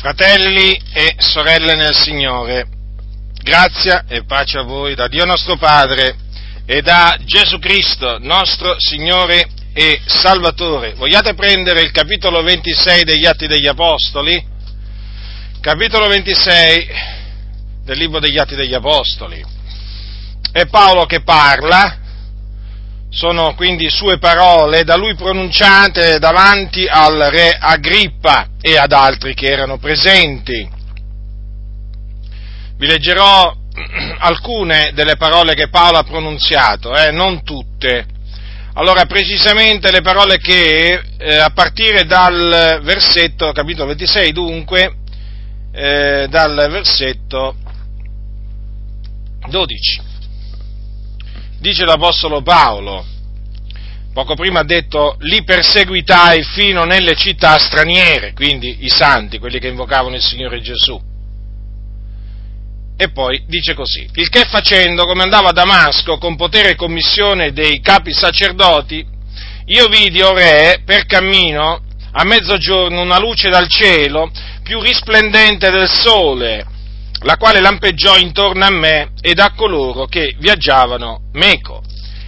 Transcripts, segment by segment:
Fratelli e sorelle nel Signore, grazia e pace a voi da Dio nostro Padre e da Gesù Cristo, nostro Signore e Salvatore. Vogliate prendere il capitolo 26 degli Atti degli Apostoli? Capitolo 26 del libro degli Atti degli Apostoli. È Paolo che parla. Sono quindi sue parole da lui pronunciate davanti al re Agrippa e ad altri che erano presenti. Vi leggerò alcune delle parole che Paolo ha pronunziato, non tutte. Allora, precisamente le parole che, a partire dal versetto, capitolo 26 dunque, dal versetto 12. Dice l'Apostolo Paolo, poco prima ha detto, li perseguitai fino nelle città straniere, quindi i santi, quelli che invocavano il Signore Gesù. E poi dice così, il che facendo, come andavo a Damasco con potere e commissione dei capi sacerdoti, io vidi, o re, per cammino, a mezzogiorno, una luce dal cielo, più risplendente del sole, la quale lampeggiò intorno a me ed a coloro che viaggiavano meco.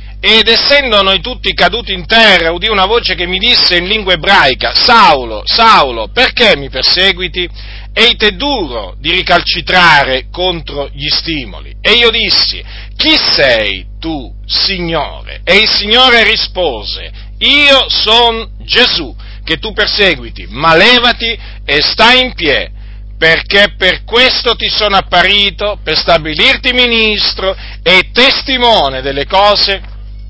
Ed essendo noi tutti caduti in terra, udì una voce che mi disse in lingua ebraica, Saulo, Saulo, perché mi perseguiti? Ei te duro di ricalcitrare contro gli stimoli. E io dissi, chi sei tu, Signore? E il Signore rispose, io son Gesù, che tu perseguiti, ma levati e stai in piedi, perché per questo ti sono apparito, per stabilirti ministro e testimone delle cose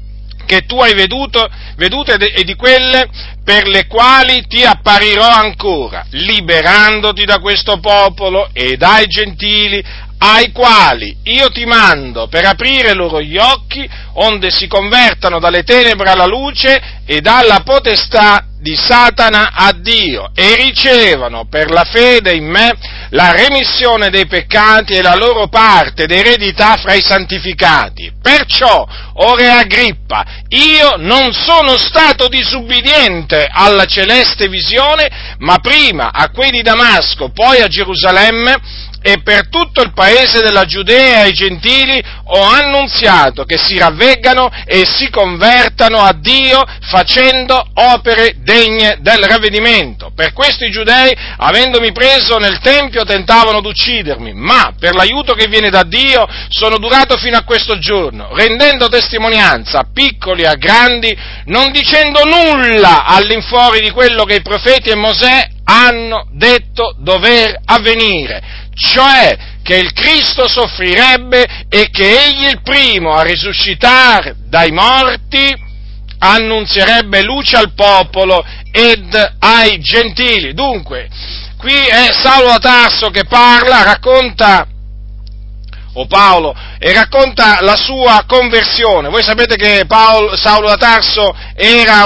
che tu hai vedute e di quelle per le quali ti apparirò ancora, liberandoti da questo popolo e dai gentili, ai quali io ti mando per aprire loro gli occhi, onde si convertano dalle tenebre alla luce e dalla potestà di Satana a Dio, e ricevano per la fede in me la remissione dei peccati e la loro parte d'eredità fra i santificati. Perciò, o re Agrippa, io non sono stato disubbidiente alla celeste visione, ma prima a quei di Damasco, poi a Gerusalemme, e per tutto il paese della Giudea e ai gentili ho annunziato che si ravveggano e si convertano a Dio facendo opere degne del ravvedimento. Per questo i giudei, avendomi preso nel Tempio, tentavano d'uccidermi, ma per l'aiuto che viene da Dio sono durato fino a questo giorno, rendendo testimonianza a piccoli e a grandi, non dicendo nulla all'infuori di quello che i profeti e Mosè hanno detto dover avvenire, cioè che il Cristo soffrirebbe e che egli il primo a risuscitare dai morti annunzierebbe luce al popolo ed ai gentili. Dunque, qui è Saulo da Tarso che parla, racconta la sua conversione. Voi sapete che Saulo da Tarso era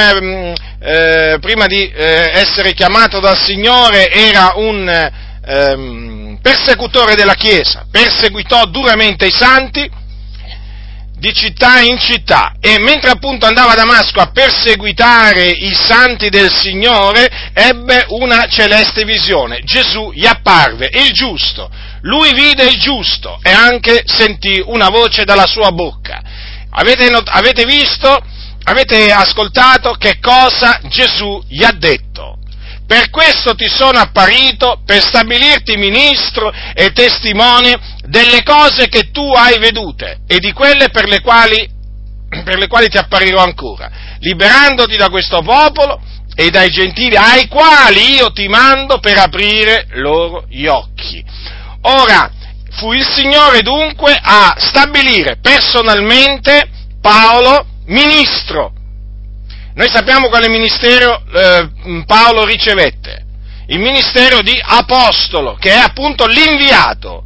prima di essere chiamato dal Signore, era un persecutore della Chiesa, perseguitò duramente i santi di città in città, e mentre appunto andava a Damasco a perseguitare i santi del Signore, ebbe una celeste visione. Gesù gli apparve, il giusto, lui vide il giusto e anche sentì una voce dalla sua bocca. Avete visto? Avete ascoltato che cosa Gesù gli ha detto? Per questo ti sono apparito, per stabilirti ministro e testimone delle cose che tu hai vedute e di quelle per le quali ti apparirò ancora, liberandoti da questo popolo e dai gentili ai quali io ti mando per aprire loro gli occhi. Ora, fu il Signore dunque a stabilire personalmente Paolo ministro. Noi sappiamo quale ministero Paolo ricevette, il ministero di apostolo, che è appunto l'inviato,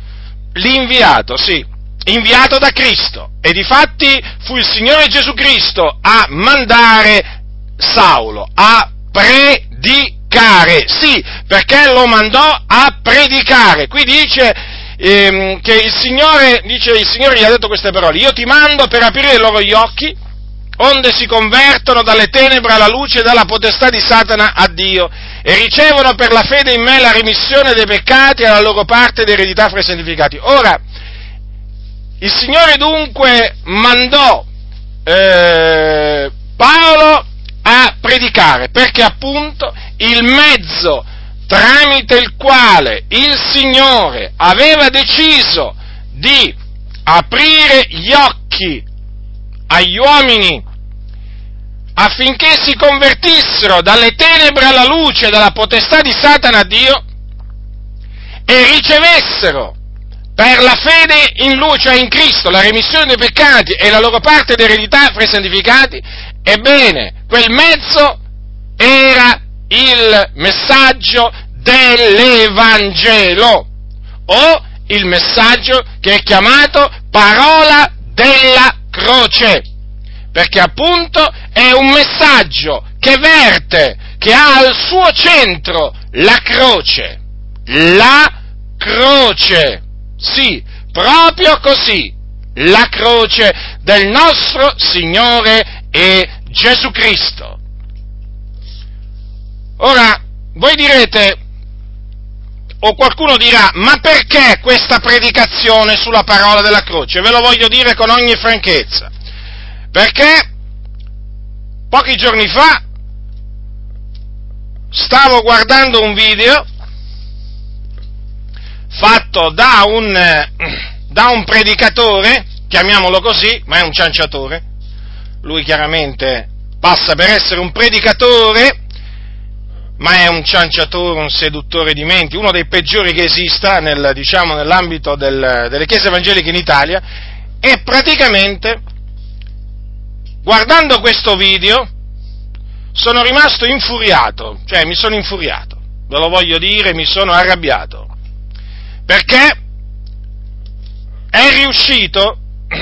sì, inviato da Cristo, e difatti fu il Signore Gesù Cristo a mandare Saulo a predicare, sì, perché lo mandò a predicare. Qui dice che il Signore gli ha detto queste parole, io ti mando per aprire loro gli occhi, onde si convertono dalle tenebre alla luce e dalla potestà di Satana a Dio, e ricevono per la fede in me la remissione dei peccati e la loro parte d'eredità fra i santificati. Ora, il Signore dunque mandò Paolo a predicare, perché appunto il mezzo tramite il quale il Signore aveva deciso di aprire gli occhi agli uomini affinché si convertissero dalle tenebre alla luce, dalla potestà di Satana a Dio, e ricevessero per la fede in Lui, cioè in Cristo, la remissione dei peccati e la loro parte d'eredità fra i santificati. Ebbene, quel mezzo era il messaggio dell'Evangelo, o il messaggio che è chiamato parola della croce, perché appunto è un messaggio che verte, che ha al suo centro la croce, sì, proprio così, la croce del nostro Signore e Gesù Cristo. Ora, voi direte, o qualcuno dirà, ma perché questa predicazione sulla parola della croce? Ve lo voglio dire con ogni franchezza. Perché pochi giorni fa stavo guardando un video fatto da un predicatore, chiamiamolo così, ma è un cianciatore. Lui chiaramente passa per essere un predicatore, ma è un cianciatore, un seduttore di menti, uno dei peggiori che esista nell'ambito delle chiese evangeliche in Italia, e praticamente, guardando questo video, sono rimasto infuriato, cioè mi sono infuriato, ve lo voglio dire, mi sono arrabbiato, perché è riuscito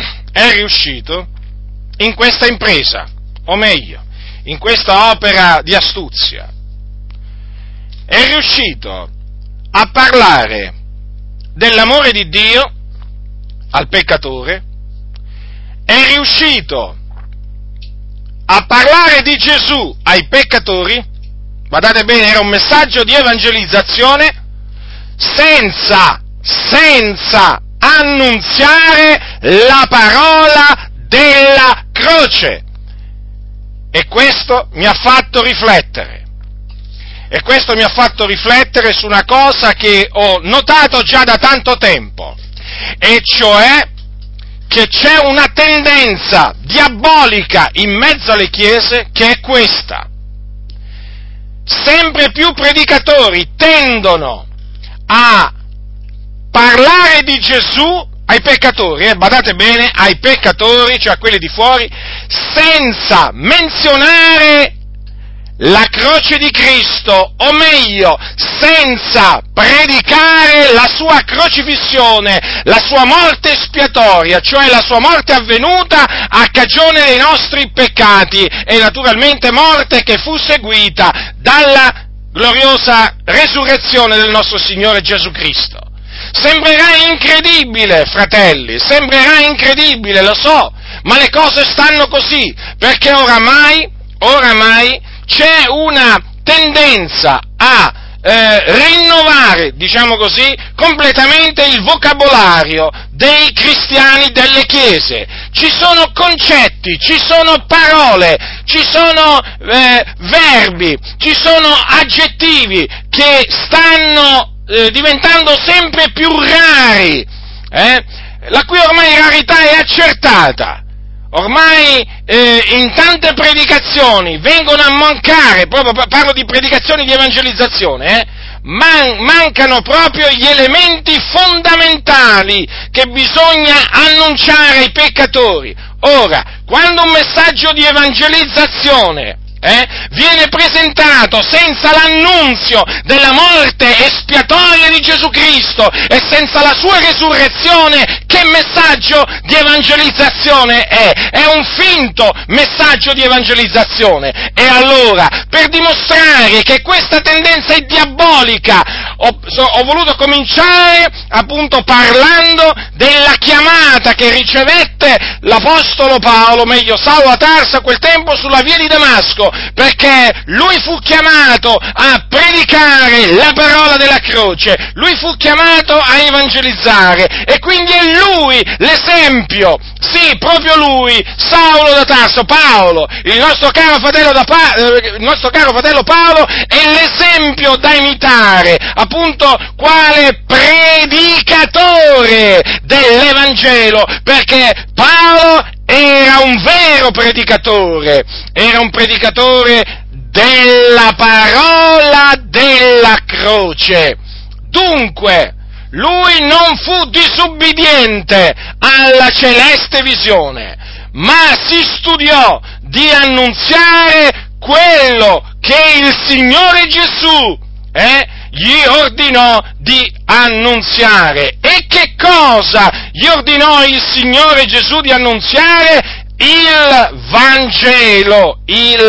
in questa impresa, o meglio, in questa opera di astuzia, è riuscito a parlare dell'amore di Dio al peccatore, è riuscito a parlare di Gesù ai peccatori, guardate bene, era un messaggio di evangelizzazione, senza annunziare la parola della croce. E questo mi ha fatto riflettere. Su una cosa che ho notato già da tanto tempo, e cioè che c'è una tendenza diabolica in mezzo alle chiese che è questa. Sempre più predicatori tendono a parlare di Gesù ai peccatori, badate bene, ai peccatori, cioè a quelli di fuori, senza menzionare la croce di Cristo, o meglio, senza predicare la sua crocifissione, la sua morte espiatoria, cioè la sua morte avvenuta a cagione dei nostri peccati, e naturalmente morte che fu seguita dalla gloriosa resurrezione del nostro Signore Gesù Cristo. Sembrerà incredibile, fratelli, sembrerà incredibile, lo so, ma le cose stanno così, perché oramai c'è una tendenza a rinnovare, diciamo così, completamente il vocabolario dei cristiani delle chiese. Ci sono concetti, ci sono parole, ci sono verbi, ci sono aggettivi che stanno diventando sempre più rari, la cui ormai rarità è accertata. Ormai in tante predicazioni vengono a mancare, proprio parlo di predicazioni di evangelizzazione, mancano proprio gli elementi fondamentali che bisogna annunciare ai peccatori. Ora, quando un messaggio di evangelizzazione viene presentato senza l'annunzio della morte espiatoria di Gesù Cristo e senza la sua resurrezione, che messaggio di evangelizzazione è? È un finto messaggio di evangelizzazione. E allora, per dimostrare che questa tendenza è diabolica, ho voluto cominciare appunto parlando della chiamata che ricevette l'Apostolo Paolo, meglio Saulo da Tarso a quel tempo sulla via di Damasco, perché lui fu chiamato a predicare la parola della croce, lui fu chiamato a evangelizzare, e quindi è lui l'esempio, sì, proprio lui, Saulo da Tarso, Paolo, il nostro caro fratello Paolo, è l'esempio da imitare, appunto, quale predicatore dell'Evangelo, perché Paolo era un vero predicatore, era un predicatore della parola della croce. Dunque, lui non fu disubbidiente alla celeste visione, ma si studiò di annunziare quello che il Signore Gesù gli ordinò di annunziare. E che cosa gli ordinò il Signore Gesù di annunziare? Il Vangelo,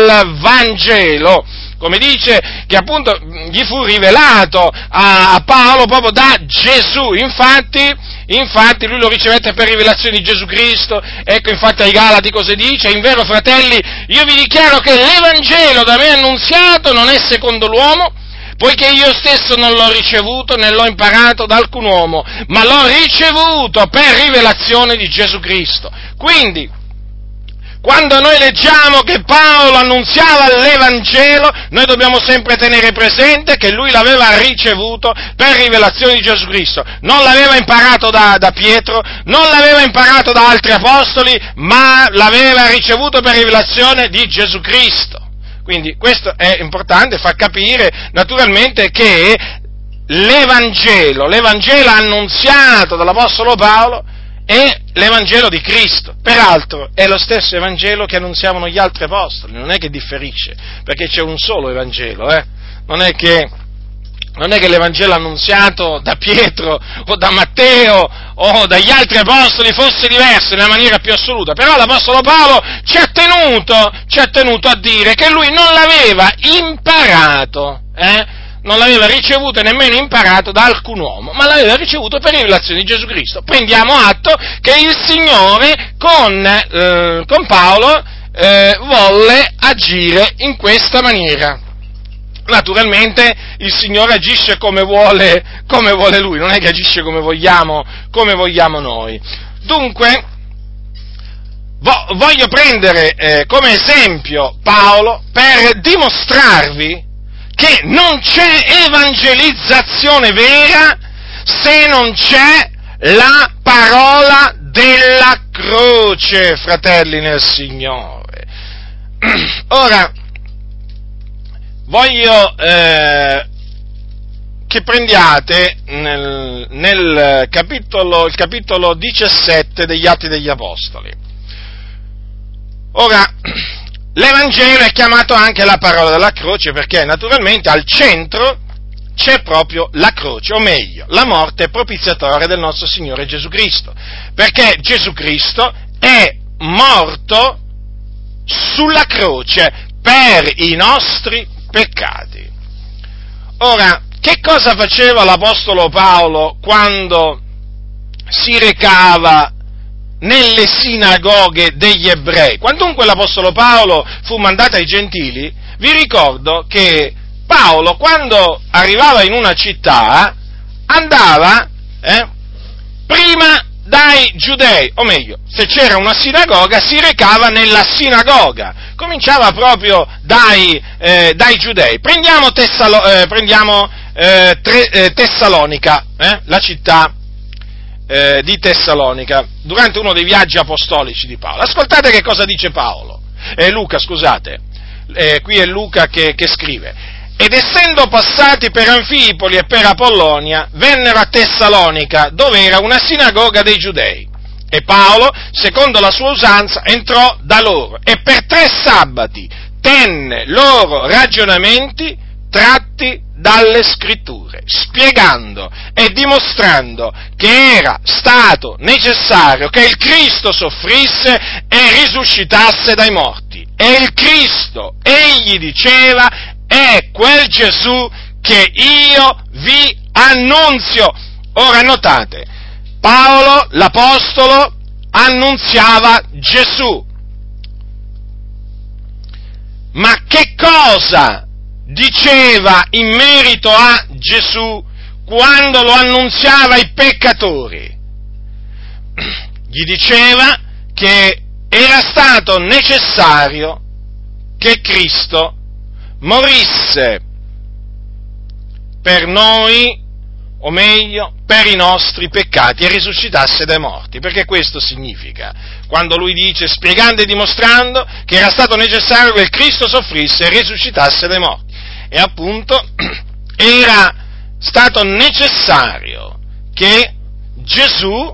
come dice che appunto gli fu rivelato a Paolo proprio da Gesù. Infatti lui lo ricevette per rivelazione di Gesù Cristo. Ecco, infatti ai Galati cosa dice? In vero, fratelli, io vi dichiaro che l'Evangelo da me annunziato non è secondo l'uomo, poiché io stesso non l'ho ricevuto né l'ho imparato da alcun uomo, ma l'ho ricevuto per rivelazione di Gesù Cristo. Quindi, quando noi leggiamo che Paolo annunziava l'Evangelo, noi dobbiamo sempre tenere presente che lui l'aveva ricevuto per rivelazione di Gesù Cristo. Non l'aveva imparato da Pietro, non l'aveva imparato da altri apostoli, ma l'aveva ricevuto per rivelazione di Gesù Cristo. Quindi questo è importante, fa capire naturalmente che l'Evangelo annunziato dall'Apostolo Paolo è l'Evangelo di Cristo. Peraltro è lo stesso Evangelo che annunziavano gli altri apostoli, non è che differisce, perché c'è un solo Evangelo, non è che l'Evangelo annunziato da Pietro o da Matteo o dagli altri apostoli fosse diverso nella maniera più assoluta, però l'Apostolo Paolo ci ha tenuto a dire che lui non l'aveva imparato, non l'aveva ricevuto e nemmeno imparato da alcun uomo, ma l'aveva ricevuto per rivelazione di Gesù Cristo. Prendiamo atto che il Signore con Paolo volle agire in questa maniera. Naturalmente il Signore agisce come vuole Lui, non è che agisce come vogliamo noi. Dunque, voglio prendere come esempio Paolo per dimostrarvi che non c'è evangelizzazione vera se non c'è la parola della croce, fratelli nel Signore. Ora, voglio che prendiate il capitolo 17 degli Atti degli Apostoli. Ora, l'Evangelo è chiamato anche la parola della croce perché naturalmente al centro c'è proprio la croce, o meglio, la morte propiziatoria del nostro Signore Gesù Cristo, perché Gesù Cristo è morto sulla croce per i nostri peccati. Ora, che cosa faceva l'Apostolo Paolo quando si recava nelle sinagoghe degli ebrei? Quandunque l'Apostolo Paolo fu mandato ai gentili, vi ricordo che Paolo, quando arrivava in una città, andava prima dai giudei, o meglio, se c'era una sinagoga, si recava nella sinagoga, cominciava proprio dai giudei. Prendiamo Tessalonica, la città di Tessalonica, durante uno dei viaggi apostolici di Paolo. Ascoltate che cosa dice Luca, scusate, qui è Luca che scrive: ed essendo passati per Anfipoli e per Apollonia, vennero a Tessalonica, dove era una sinagoga dei Giudei. E Paolo, secondo la sua usanza, entrò da loro e per 3 sabati tenne loro ragionamenti tratti dalle Scritture, spiegando e dimostrando che era stato necessario che il Cristo soffrisse e risuscitasse dai morti. E il Cristo, egli diceva, è quel Gesù che io vi annunzio. Ora notate, Paolo, l'apostolo, annunziava Gesù. Ma che cosa diceva in merito a Gesù quando lo annunziava ai peccatori? Gli diceva che era stato necessario che Cristo morisse per noi, o meglio, per i nostri peccati, e risuscitasse dai morti, perché questo significa, quando lui dice, spiegando e dimostrando, che era stato necessario che il Cristo soffrisse e risuscitasse dai morti, e appunto era stato necessario che Gesù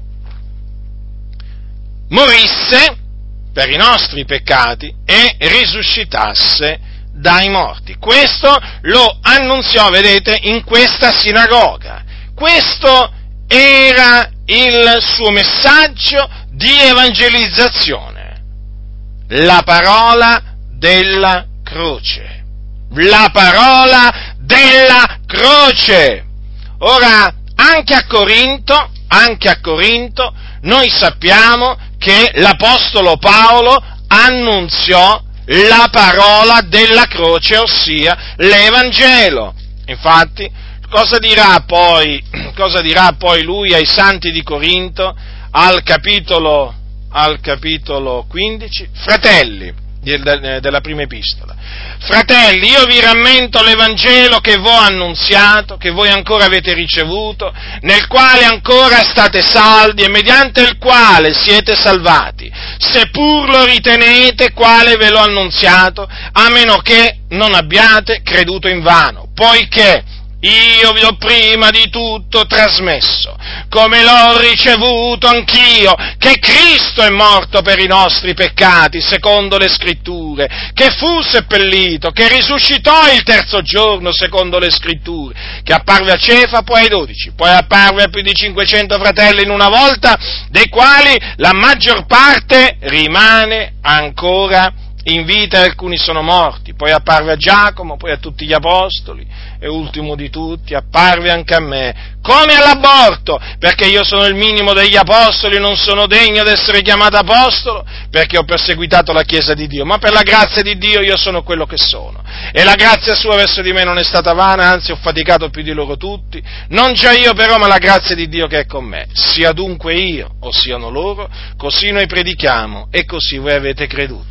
morisse per i nostri peccati e risuscitasse dai morti. Questo lo annunziò, vedete, in questa sinagoga. Questo era il suo messaggio di evangelizzazione. La parola della croce. La parola della croce. Ora, anche a Corinto, noi sappiamo che l'Apostolo Paolo annunziò la parola della croce, ossia l'Evangelo. Infatti, cosa dirà poi lui ai santi di Corinto al capitolo 15? Fratelli, della prima epistola. Fratelli, io vi rammento l'Evangelo che v'ho annunziato, che voi ancora avete ricevuto, nel quale ancora state saldi e mediante il quale siete salvati, seppur lo ritenete quale ve l'ho annunziato, a meno che non abbiate creduto invano, poiché io vi ho prima di tutto trasmesso, come l'ho ricevuto anch'io, che Cristo è morto per i nostri peccati, secondo le Scritture, che fu seppellito, che risuscitò il terzo giorno, secondo le Scritture, che apparve a Cefa, poi ai 12, poi apparve a più di 500 fratelli in una volta, dei quali la maggior parte rimane ancora in vita e alcuni sono morti, poi apparve a Giacomo, poi a tutti gli apostoli, e ultimo di tutti apparve anche a me, come all'aborto, perché io sono il minimo degli apostoli, non sono degno d'essere chiamato apostolo, perché ho perseguitato la Chiesa di Dio, ma per la grazia di Dio io sono quello che sono, e la grazia sua verso di me non è stata vana, anzi ho faticato più di loro tutti, non già io però, ma la grazia di Dio che è con me, sia dunque io, o siano loro, così noi predichiamo, e così voi avete creduto.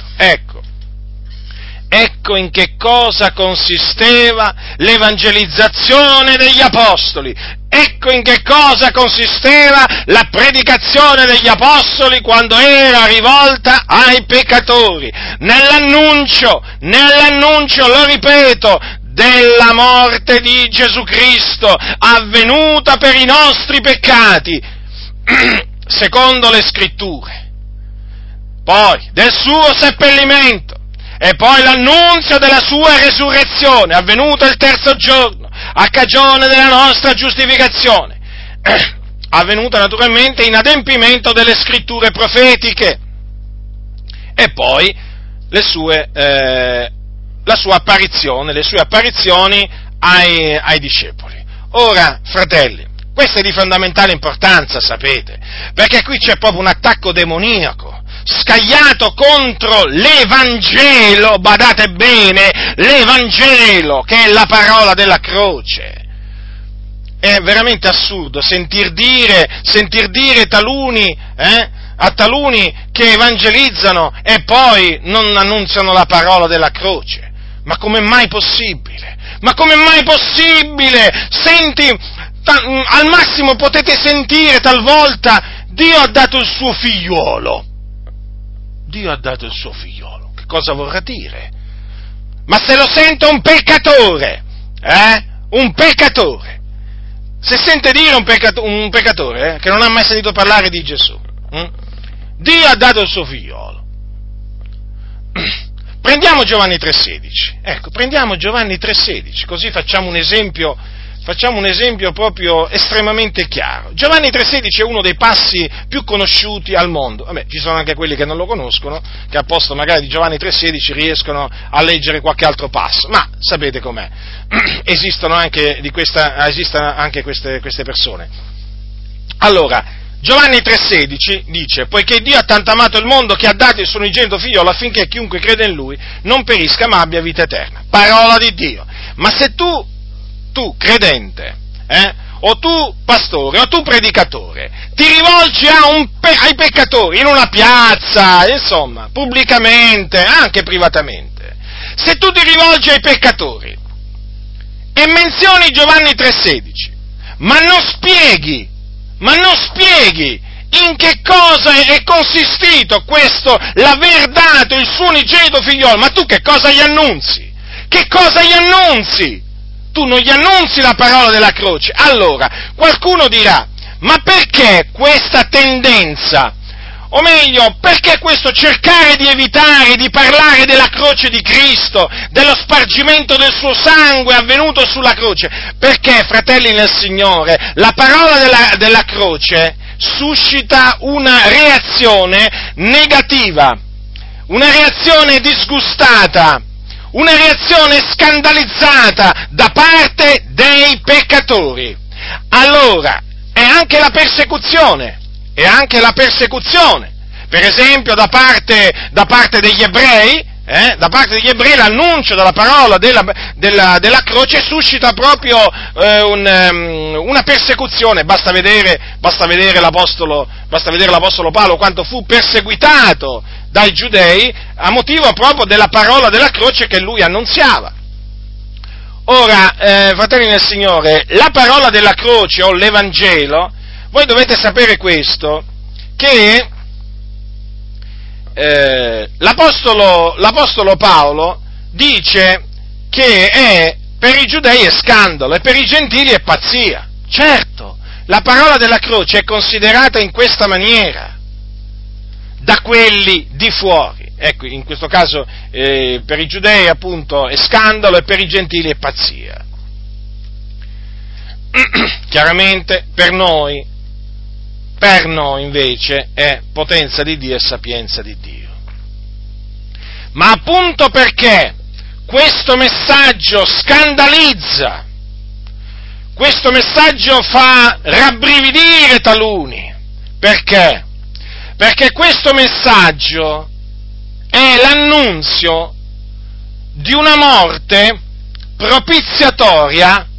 Ecco in che cosa consisteva l'evangelizzazione degli apostoli, ecco in che cosa consisteva la predicazione degli apostoli quando era rivolta ai peccatori, nell'annuncio, lo ripeto, della morte di Gesù Cristo, avvenuta per i nostri peccati, secondo le Scritture, poi del suo seppellimento, e poi l'annunzio della sua resurrezione, avvenuta il terzo giorno, a cagione della nostra giustificazione, avvenuta naturalmente in adempimento delle scritture profetiche, e poi la sua apparizione, le sue apparizioni ai discepoli. Ora, fratelli, questo è di fondamentale importanza, sapete, perché qui c'è proprio un attacco demoniaco, scagliato contro l'Evangelo, badate bene, l'Evangelo, che è la parola della croce. È veramente assurdo sentir dire taluni, a taluni che evangelizzano e poi non annunziano la parola della croce. Ma com'è mai possibile? Senti, al massimo potete sentire talvolta, Dio ha dato il suo figliolo. Dio ha dato il suo figliolo. Che cosa vorrà dire? Ma se lo sente un peccatore, se sente dire un peccatore che non ha mai sentito parlare di Gesù, Dio ha dato il suo figliolo. Prendiamo Giovanni 3,16, così facciamo un esempio facciamo un esempio proprio estremamente chiaro. Giovanni 3,16 è uno dei passi più conosciuti al mondo. Vabbè, ci sono anche quelli che non lo conoscono, che a posto magari di Giovanni 3,16 riescono a leggere qualche altro passo, ma sapete com'è, esistono anche queste persone. Allora, Giovanni 3,16 dice: poiché Dio ha tanto amato il mondo che ha dato il suo unigenito figliolo affinché chiunque crede in Lui non perisca ma abbia vita eterna. Parola di Dio. Ma se tu credente, o tu pastore, o tu predicatore, ti rivolgi ai peccatori in una piazza, insomma, pubblicamente, anche privatamente, se tu ti rivolgi ai peccatori e menzioni Giovanni 3,16, ma non spieghi in che cosa è consistito questo, l'aver dato il suo unigenito figliolo, ma tu che cosa gli annunzi? Che cosa gli annunzi? Tu non gli annunzi la parola della croce. Allora, qualcuno dirà, ma perché questa tendenza? O meglio, perché questo cercare di evitare di parlare della croce di Cristo, dello spargimento del suo sangue avvenuto sulla croce? Perché, fratelli nel Signore, la parola della croce suscita una reazione negativa, una reazione disgustata, una reazione scandalizzata da parte dei peccatori. Allora, è anche la persecuzione. Per esempio, da parte degli ebrei, l'annuncio della parola della croce suscita proprio una persecuzione. Basta vedere l'apostolo Paolo quanto fu perseguitato dai giudei a motivo proprio della parola della croce che lui annunziava. Ora, fratelli nel Signore, la parola della croce o l'Evangelo, voi dovete sapere questo, che l'Apostolo Paolo dice che per i giudei è scandalo e per i gentili è pazzia. Certo, la parola della croce è considerata in questa maniera da quelli di fuori. Ecco, in questo caso per i giudei appunto è scandalo e per i gentili è pazzia. Chiaramente per noi invece è potenza di Dio e sapienza di Dio. Ma appunto perché questo messaggio scandalizza, questo messaggio fa rabbrividire taluni, perché? Perché questo messaggio è l'annunzio di una morte propiziatoria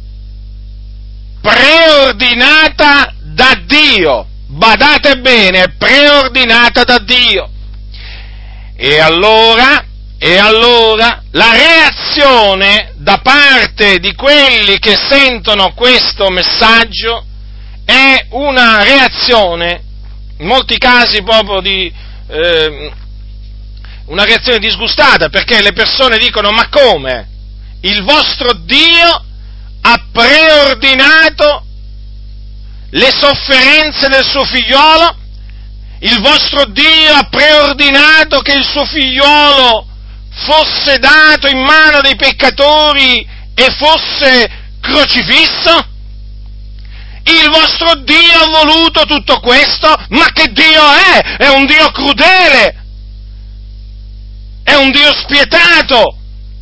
preordinata da Dio. Badate bene, preordinata da Dio. E allora la reazione da parte di quelli che sentono questo messaggio è una reazione, in molti casi proprio una reazione disgustata, perché le persone dicono: ma come? Il vostro Dio ha preordinato le sofferenze del suo figliolo? Il vostro Dio ha preordinato che il suo figliolo fosse dato in mano dei peccatori e fosse crocifisso? Il vostro Dio ha voluto tutto questo? Ma che Dio è? È un Dio crudele! È un Dio spietato!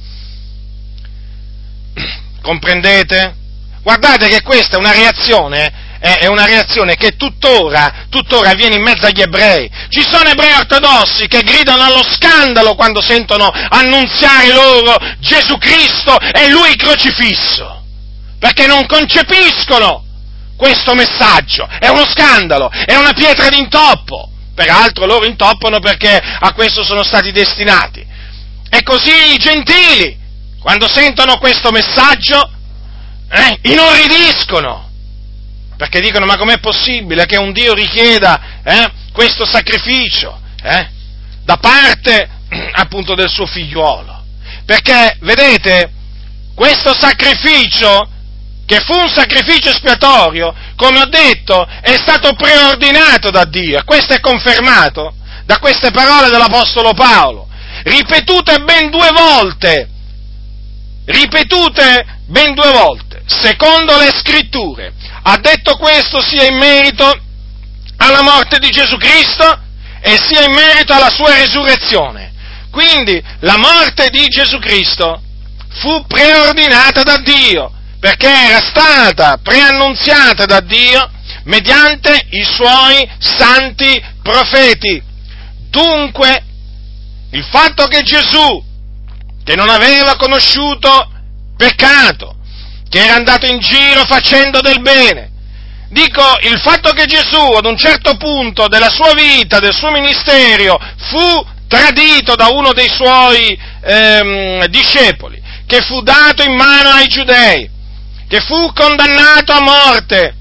Comprendete? Guardate che questa è una reazione che tuttora avviene in mezzo agli ebrei. Ci sono ebrei ortodossi che gridano allo scandalo quando sentono annunziare loro Gesù Cristo e Lui crocifisso, perché non concepiscono questo messaggio. È uno scandalo, è una pietra d'intoppo. Peraltro loro intoppano perché a questo sono stati destinati. E così i gentili, quando sentono questo messaggio, inorridiscono, perché dicono: ma com'è possibile che un Dio richieda questo sacrificio da parte appunto del suo figliuolo? Perché, vedete, questo sacrificio, che fu un sacrificio espiatorio, come ho detto, è stato preordinato da Dio, e questo è confermato da queste parole dell'Apostolo Paolo, ripetute ben due volte. secondo le Scritture. Ha detto questo sia in merito alla morte di Gesù Cristo e sia in merito alla sua resurrezione. Quindi la morte di Gesù Cristo fu preordinata da Dio, perché era stata preannunziata da Dio mediante i suoi santi profeti. Dunque, il fatto che Gesù, che non aveva conosciuto peccato, che era andato in giro facendo del bene, il fatto che Gesù ad un certo punto della sua vita, del suo ministero, fu tradito da uno dei suoi discepoli, che fu dato in mano ai giudei, che fu condannato a morte,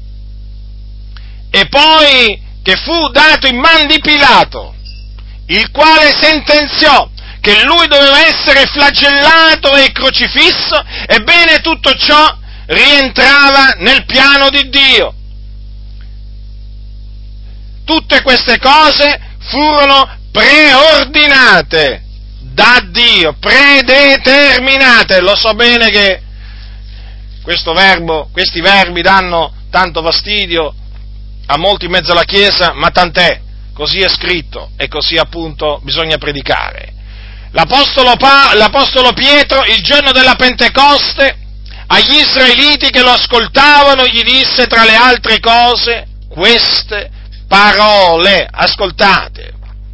e poi che fu dato in man di Pilato, il quale sentenziò che lui doveva essere flagellato e crocifisso, ebbene tutto ciò rientrava nel piano di Dio. Tutte queste cose furono preordinate da Dio, predeterminate. Lo so bene che questi verbi danno tanto fastidio a molti in mezzo alla Chiesa, ma tant'è, così è scritto e così appunto bisogna predicare. L'Apostolo Pietro, il giorno della Pentecoste, agli israeliti che lo ascoltavano, gli disse tra le altre cose queste parole, ascoltate.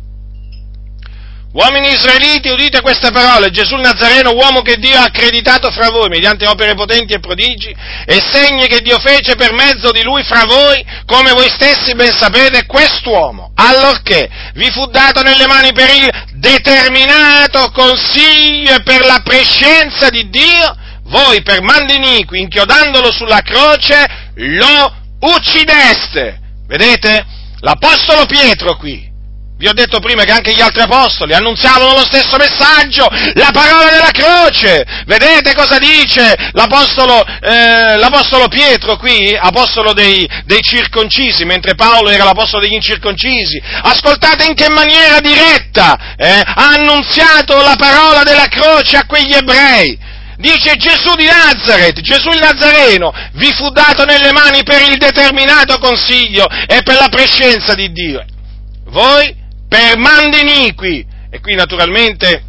Uomini israeliti, udite queste parole: Gesù il Nazareno, uomo che Dio ha accreditato fra voi mediante opere potenti e prodigi e segni che Dio fece per mezzo di lui fra voi, come voi stessi ben sapete, quest'uomo, allorché vi fu dato nelle mani per il determinato consiglio e per la prescienza di Dio, voi per mandi iniqui, inchiodandolo sulla croce, lo uccideste. Vedete? L'Apostolo Pietro qui, vi ho detto prima che anche gli altri apostoli annunziavano lo stesso messaggio, la parola della croce. Vedete cosa dice l'apostolo Pietro qui, apostolo dei circoncisi, mentre Paolo era l'apostolo degli incirconcisi. Ascoltate in che maniera diretta ha annunziato la parola della croce a quegli ebrei. Dice: Gesù di Nazaret, Gesù il Nazareno, vi fu dato nelle mani per il determinato consiglio e per la prescienza di Dio. Voi per mandi iniqui, e qui naturalmente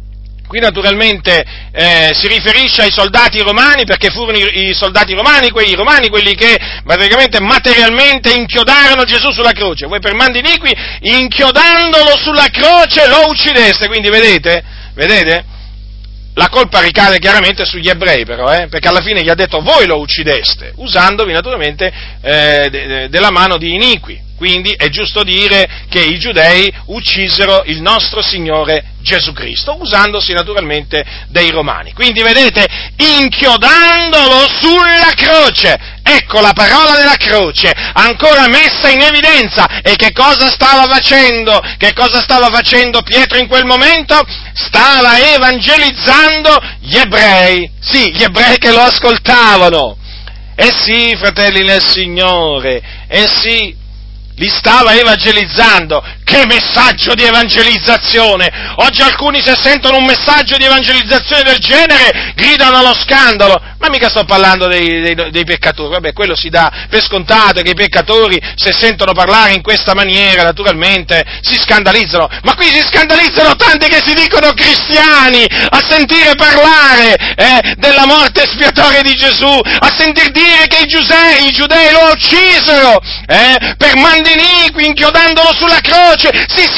si riferisce ai soldati romani, perché furono i soldati romani quelli che praticamente materialmente inchiodarono Gesù sulla croce. Voi per mandi iniqui, inchiodandolo sulla croce, lo uccideste. Quindi vedete? La colpa ricade chiaramente sugli ebrei, però, perché alla fine gli ha detto: voi lo uccideste, usandovi naturalmente della mano di iniqui. Quindi è giusto dire che i giudei uccisero il nostro Signore Gesù Cristo, usandosi naturalmente dei romani. Quindi vedete, inchiodandolo sulla croce. Ecco la parola della croce, ancora messa in evidenza. E che cosa stava facendo? Che cosa stava facendo Pietro in quel momento? Stava evangelizzando gli ebrei. Sì, gli ebrei che lo ascoltavano. Eh sì, fratelli nel Signore, sì. Li stava evangelizzando. Che messaggio di evangelizzazione! Oggi alcuni, se sentono un messaggio di evangelizzazione del genere, gridano allo scandalo. Ma mica sto parlando dei peccatori. Vabbè, quello si dà per scontato, che i peccatori, se sentono parlare in questa maniera, naturalmente si scandalizzano. Ma qui si scandalizzano tanti che si dicono cristiani a sentire parlare della morte espiatoria di Gesù, a sentir dire che i giudei lo uccisero per mandi iniqui, inchiodandolo sulla croce. Si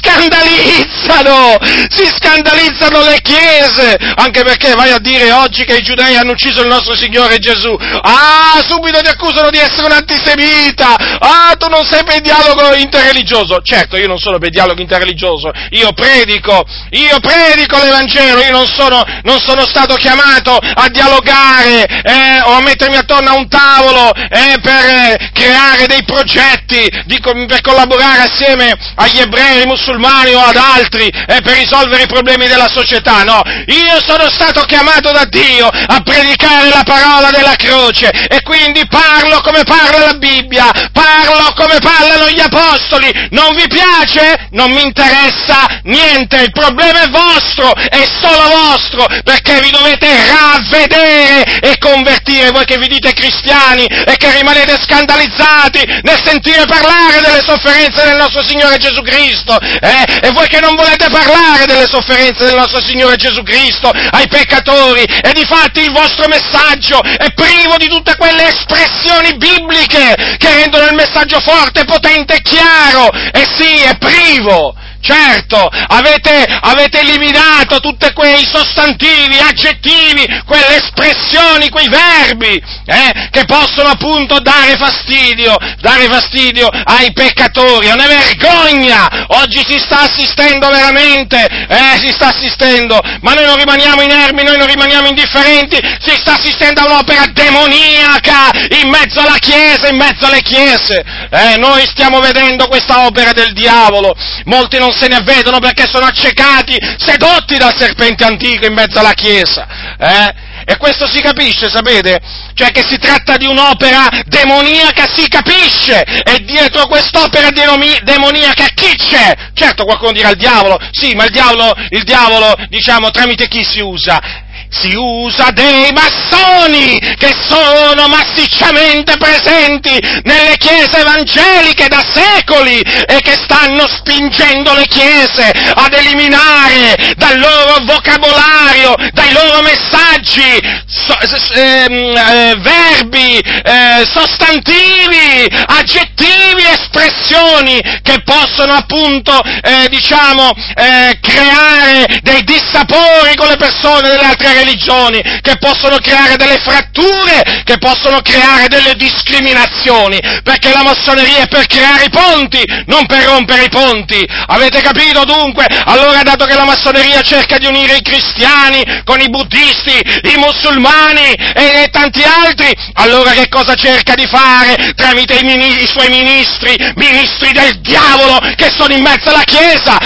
scandalizzano le chiese, anche perché vai a dire oggi che i giudei hanno ucciso il nostro Signore Gesù. Subito ti accusano di essere un antisemita. Tu non sei per il dialogo interreligioso. Certo, io non sono per il dialogo interreligioso, io predico l'Evangelo, io non sono stato chiamato a dialogare o a mettermi attorno a un tavolo per creare dei progetti, per collaborare assieme agli ebrei, ai musulmani o ad altri per risolvere i problemi della società. No, io sono stato chiamato da Dio a predicare la parola della croce, e quindi parlo come parla la Bibbia, parlo come parla dicevano gli apostoli. Non vi piace? Non mi interessa niente, il problema è vostro, è solo vostro, perché vi dovete ravvedere e convertire, voi che vi dite cristiani e che rimanete scandalizzati nel sentire parlare delle sofferenze del nostro Signore Gesù Cristo, e voi che non volete parlare delle sofferenze del nostro Signore Gesù Cristo ai peccatori, e difatti il vostro messaggio è privo di tutte quelle espressioni bibliche che rendono il messaggio forte, potente e chiaro. Sì, è privo. Certo, avete eliminato tutti quei sostantivi, aggettivi, quelle espressioni, quei verbi, che possono appunto dare fastidio ai peccatori. È una vergogna! Oggi si sta assistendo veramente, ma noi non rimaniamo inermi, noi non rimaniamo indifferenti, si sta assistendo a un'opera demoniaca in mezzo alla Chiesa, in mezzo alle chiese. Noi stiamo vedendo questa opera del diavolo, molti non se ne avvedono perché sono accecati, sedotti dal serpente antico in mezzo alla Chiesa, E questo si capisce, sapete? Cioè che si tratta di un'opera demoniaca, si capisce, e dietro quest'opera demoniaca chi c'è? Certo, qualcuno dirà il diavolo, sì, ma il diavolo, diciamo, tramite chi si usa? Si usa dei massoni che sono massicciamente presenti nelle chiese evangeliche da secoli e che stanno spingendo le chiese ad eliminare dal loro vocabolario, dai loro messaggi, verbi, sostantivi, aggettivi, espressioni che possono appunto, creare dei dissapori con le persone delle altre religioni, che possono creare delle fratture, che possono creare delle discriminazioni, perché la massoneria è per creare i ponti, non per rompere i ponti. Avete capito dunque? Allora, dato che la massoneria cerca di unire i cristiani con i buddisti, i musulmani e tanti altri, allora che cosa cerca di fare tramite i suoi ministri del diavolo che sono in mezzo alla Chiesa?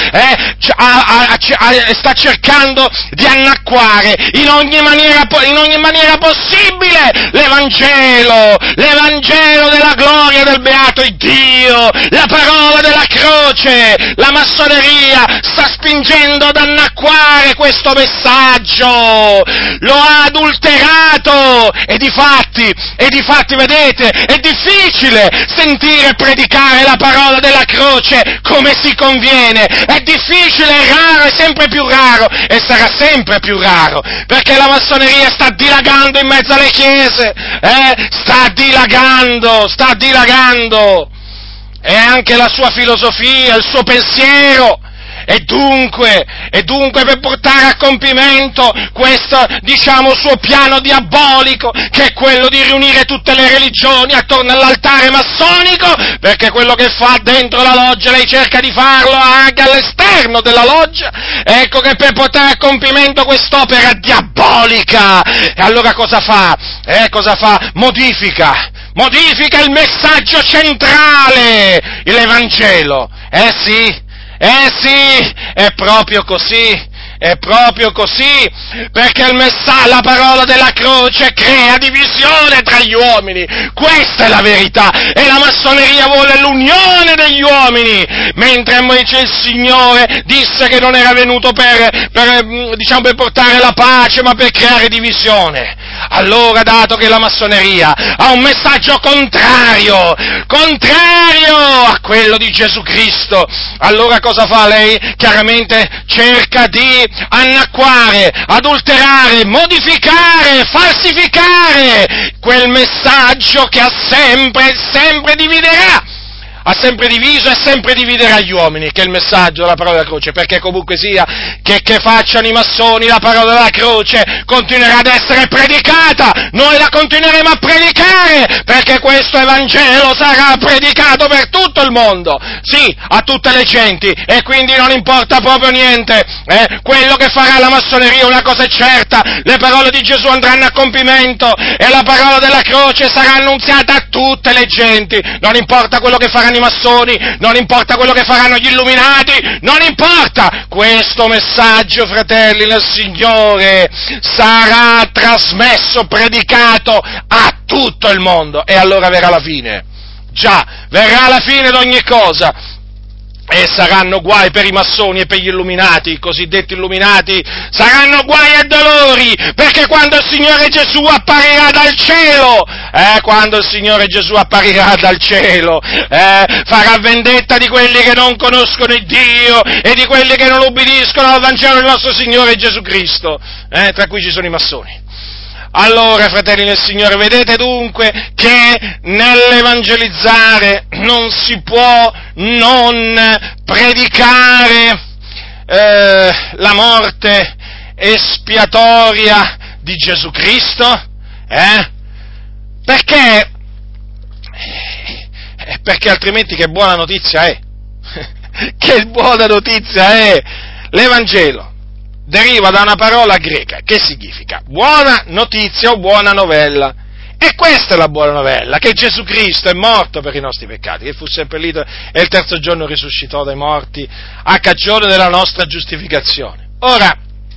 Sta cercando di annacquare in ogni maniera possibile l'Evangelo della gloria del beato Dio, la parola della croce. La massoneria sta spingendo ad annacquare questo messaggio, lo ha adulterato, e difatti, vedete, è difficile sentire predicare la parola della croce come si conviene, è difficile, è raro, è sempre più raro, e sarà sempre più raro, perché la massoneria sta dilagando in mezzo alle chiese, sta dilagando, e anche la sua filosofia, il suo pensiero. E dunque per portare a compimento questo, suo piano diabolico, che è quello di riunire tutte le religioni attorno all'altare massonico, perché quello che fa dentro la loggia lei cerca di farlo anche all'esterno della loggia. Ecco che per portare a compimento quest'opera diabolica, e allora cosa fa? Modifica il messaggio centrale, l'Evangelo. Sì, è proprio così, perché la parola della croce crea divisione tra gli uomini, questa è la verità, e la massoneria vuole l'unione degli uomini, mentre invece il Signore disse che non era venuto per portare la pace, ma per creare divisione. Allora, dato che la massoneria ha un messaggio contrario a quello di Gesù Cristo, allora cosa fa lei? Chiaramente cerca di annacquare, adulterare, modificare, falsificare quel messaggio che sempre dividerà. Ha sempre diviso e sempre dividerà gli uomini, che è il messaggio della parola della croce, perché comunque sia che facciano i massoni, la parola della croce continuerà ad essere predicata, noi la continueremo a predicare, perché questo Evangelo sarà predicato per tutto il mondo, sì, a tutte le genti, e quindi non importa proprio niente, quello che farà la massoneria, una cosa è certa, le parole di Gesù andranno a compimento, e la parola della croce sarà annunziata a tutte le genti, non importa quello che faranno i massoni, non importa quello che faranno gli illuminati, non importa, questo messaggio, fratelli nel Signore, sarà trasmesso, predicato a tutto il mondo, e allora verrà la fine. Già, verrà la fine di ogni cosa. E saranno guai per i massoni e per gli illuminati, i cosiddetti illuminati, saranno guai e dolori, perché quando il Signore Gesù apparirà dal cielo, quando il Signore Gesù apparirà dal cielo, farà vendetta di quelli che non conoscono il Dio e di quelli che non ubbidiscono al Vangelo del nostro Signore Gesù Cristo, tra cui ci sono i massoni. Allora, fratelli nel Signore, vedete dunque che nell'evangelizzare non si può non predicare la morte espiatoria di Gesù Cristo? Perché? Perché altrimenti che buona notizia è? Che buona notizia è? L'Evangelo deriva da una parola greca che significa buona notizia o buona novella. E questa è la buona novella, che Gesù Cristo è morto per i nostri peccati, che fu seppellito e il terzo giorno risuscitò dai morti a cagione della nostra giustificazione. Ora,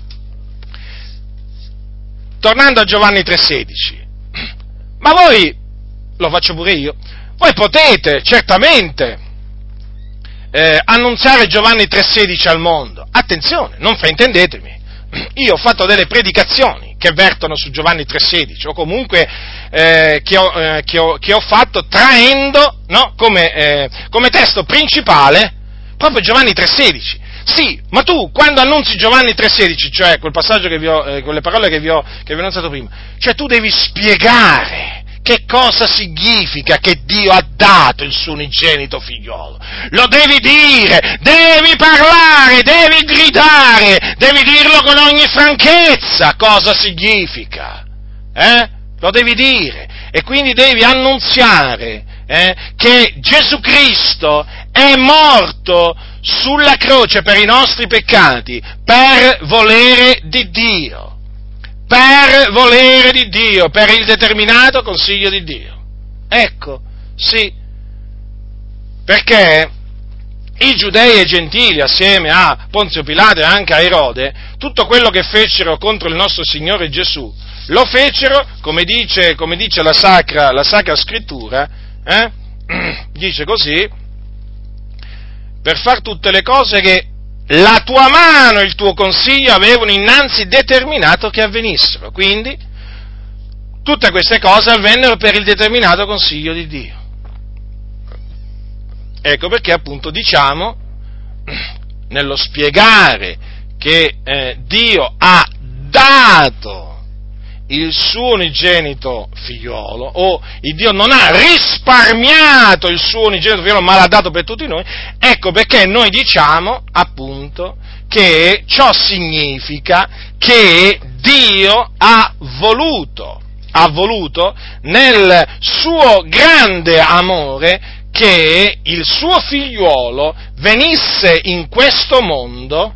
tornando a Giovanni 3,16, ma voi, lo faccio pure io, voi potete certamente annunziare Giovanni 3,16 al mondo. Attenzione, non fraintendetemi, io ho fatto delle predicazioni che vertono su Giovanni 3,16, o comunque che ho fatto traendo, no, come testo principale proprio Giovanni 3,16. Sì, ma tu quando annunzi Giovanni 3,16, cioè quel passaggio quelle parole che vi ho annunziato prima, cioè tu devi spiegare che cosa significa che Dio ha dato il suo unigenito figliolo. Lo devi dire, devi parlare, devi gridare, devi dirlo con ogni franchezza cosa significa. Lo devi dire. E quindi devi annunziare che Gesù Cristo è morto sulla croce per i nostri peccati, per volere di Dio. Per volere di Dio, per il determinato consiglio di Dio. Ecco, sì, perché i giudei e i gentili, assieme a Ponzio Pilato e anche a Erode, tutto quello che fecero contro il nostro Signore Gesù, lo fecero, come dice la Sacra Scrittura, dice così, per far tutte le cose che la tua mano e il tuo consiglio avevano innanzi determinato che avvenissero. Quindi, tutte queste cose avvennero per il determinato consiglio di Dio. Ecco perché appunto diciamo, nello spiegare che Dio ha dato il suo unigenito figliolo, o il Dio non ha risparmiato il suo unigenito figliolo, ma l'ha dato per tutti noi, ecco perché noi diciamo, appunto, che ciò significa che Dio ha voluto nel suo grande amore che il suo figliuolo venisse in questo mondo,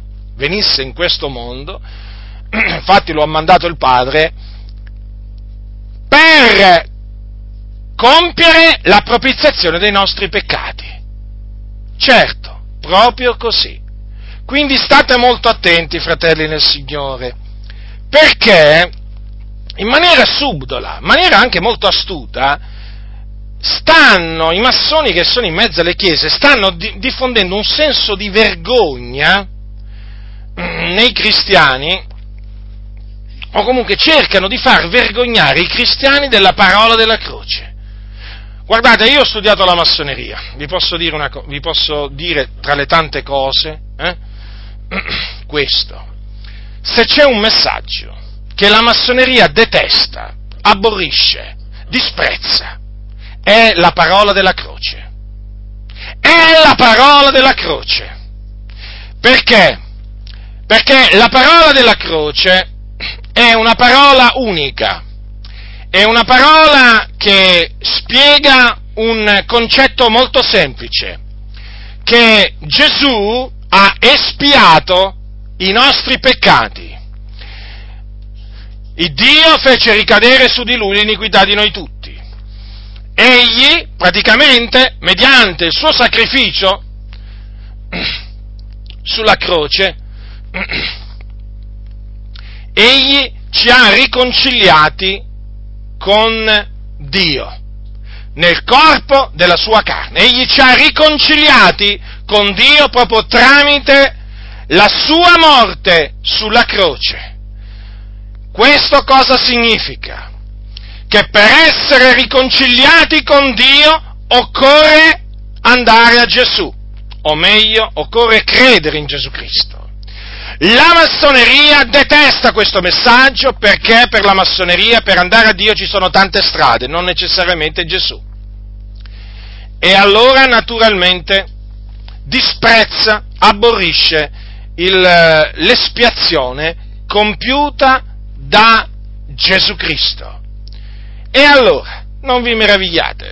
infatti lo ha mandato il Padre, per compiere la propiziazione dei nostri peccati. Certo, proprio così. Quindi state molto attenti, fratelli nel Signore, perché in maniera subdola, in maniera anche molto astuta, i massoni che sono in mezzo alle chiese stanno diffondendo un senso di vergogna nei cristiani, o comunque cercano di far vergognare i cristiani della parola della croce. Guardate, io ho studiato la massoneria, vi posso dire tra le tante cose, questo: se c'è un messaggio che la massoneria detesta, aborrisce, disprezza, è la parola della croce. È la parola della croce. Perché? Perché la parola della croce è una parola unica, è una parola che spiega un concetto molto semplice, che Gesù ha espiato i nostri peccati. Il Dio fece ricadere su di lui l'iniquità di noi tutti. Egli, praticamente, mediante il suo sacrificio sulla croce, egli ci ha riconciliati con Dio. nel corpo della sua carne. Egli ci ha riconciliati con Dio proprio tramite la sua morte sulla croce. Questo cosa significa? Che per essere riconciliati con Dio occorre andare a Gesù, o meglio, occorre credere in Gesù Cristo. La massoneria detesta questo messaggio perché per la massoneria, per andare a Dio ci sono tante strade, non necessariamente Gesù. E allora naturalmente disprezza, aborrisce l'espiazione compiuta da Gesù Cristo. E allora, non vi meravigliate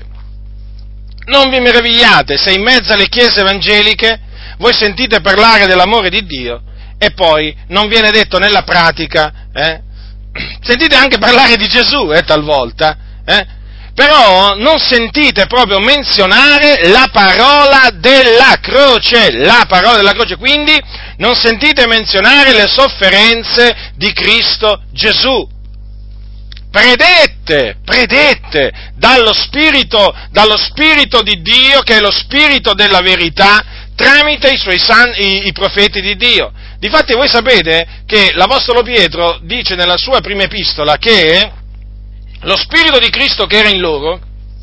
se in mezzo alle chiese evangeliche voi sentite parlare dell'amore di Dio e poi non viene detto nella pratica, sentite anche parlare di Gesù, talvolta, però non sentite proprio menzionare la parola della croce, quindi non sentite menzionare le sofferenze di Cristo Gesù. Predette dallo Spirito di Dio, che è lo Spirito della verità, tramite i profeti di Dio. Difatti voi sapete che l'Apostolo Pietro dice nella sua prima epistola che lo Spirito di Cristo che era in loro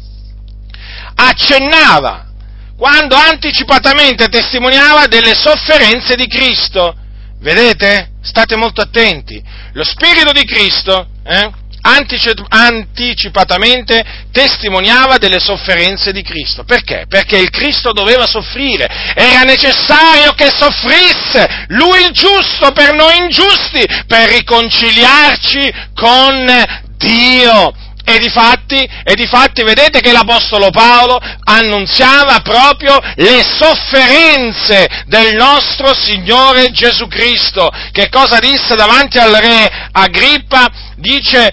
accennava, quando anticipatamente testimoniava delle sofferenze di Cristo. Vedete? State molto attenti. Lo Spirito di Cristo, anticipatamente testimoniava delle sofferenze di Cristo. Perché? Perché il Cristo doveva soffrire, era necessario che soffrisse, Lui il giusto per noi ingiusti, per riconciliarci con Dio. E difatti vedete che l'Apostolo Paolo annunziava proprio le sofferenze del nostro Signore Gesù Cristo. Che cosa disse davanti al re Agrippa? Dice,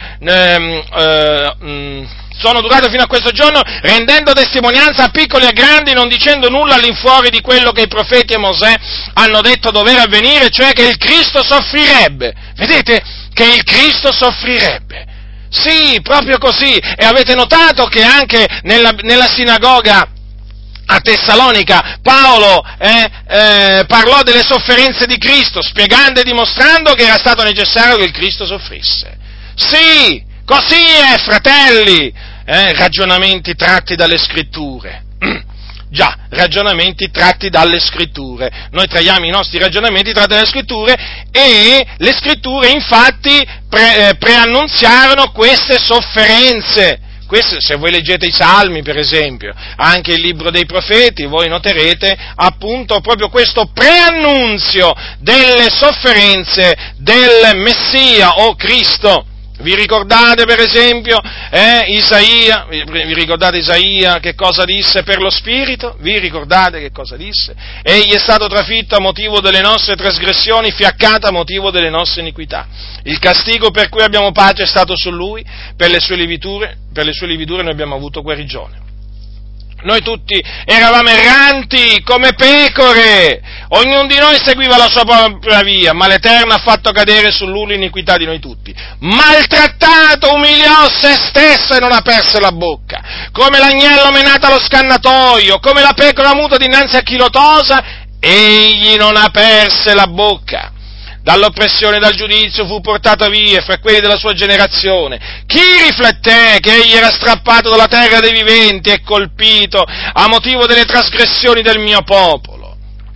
sono durato fino a questo giorno, rendendo testimonianza a piccoli e grandi, non dicendo nulla all'infuori di quello che i profeti e Mosè hanno detto dover avvenire, cioè che il Cristo soffrirebbe. Vedete? Che il Cristo soffrirebbe. Sì, proprio così. E avete notato che anche nella sinagoga a Tessalonica Paolo parlò delle sofferenze di Cristo, spiegando e dimostrando che era stato necessario che il Cristo soffrisse. Sì, così è, fratelli, ragionamenti tratti dalle Scritture. Già, ragionamenti tratti dalle Scritture. Noi traiamo i nostri ragionamenti tratti dalle Scritture e le Scritture infatti preannunziarono queste sofferenze. Se voi leggete i Salmi, per esempio, anche il libro dei Profeti, voi noterete appunto proprio questo preannunzio delle sofferenze del Messia o Cristo. Vi ricordate per esempio Isaia? Vi ricordate Isaia che cosa disse per lo Spirito? Vi ricordate che cosa disse? Egli è stato trafitto a motivo delle nostre trasgressioni, fiaccato a motivo delle nostre iniquità. Il castigo per cui abbiamo pace è stato su lui, per le sue lividure noi abbiamo avuto guarigione. Noi tutti eravamo erranti come pecore, ognuno di noi seguiva la sua propria via, ma l'Eterno ha fatto cadere su lui l'iniquità di noi tutti. Maltrattato, umiliò se stesso e non aperse la bocca, come l'agnello menato allo scannatoio, come la pecora muta dinanzi a chi lo tosa, egli non aperse la bocca. Dall'oppressione e dal giudizio fu portato via fra quelli della sua generazione. Chi rifletté che egli era strappato dalla terra dei viventi e colpito a motivo delle trasgressioni del mio popolo?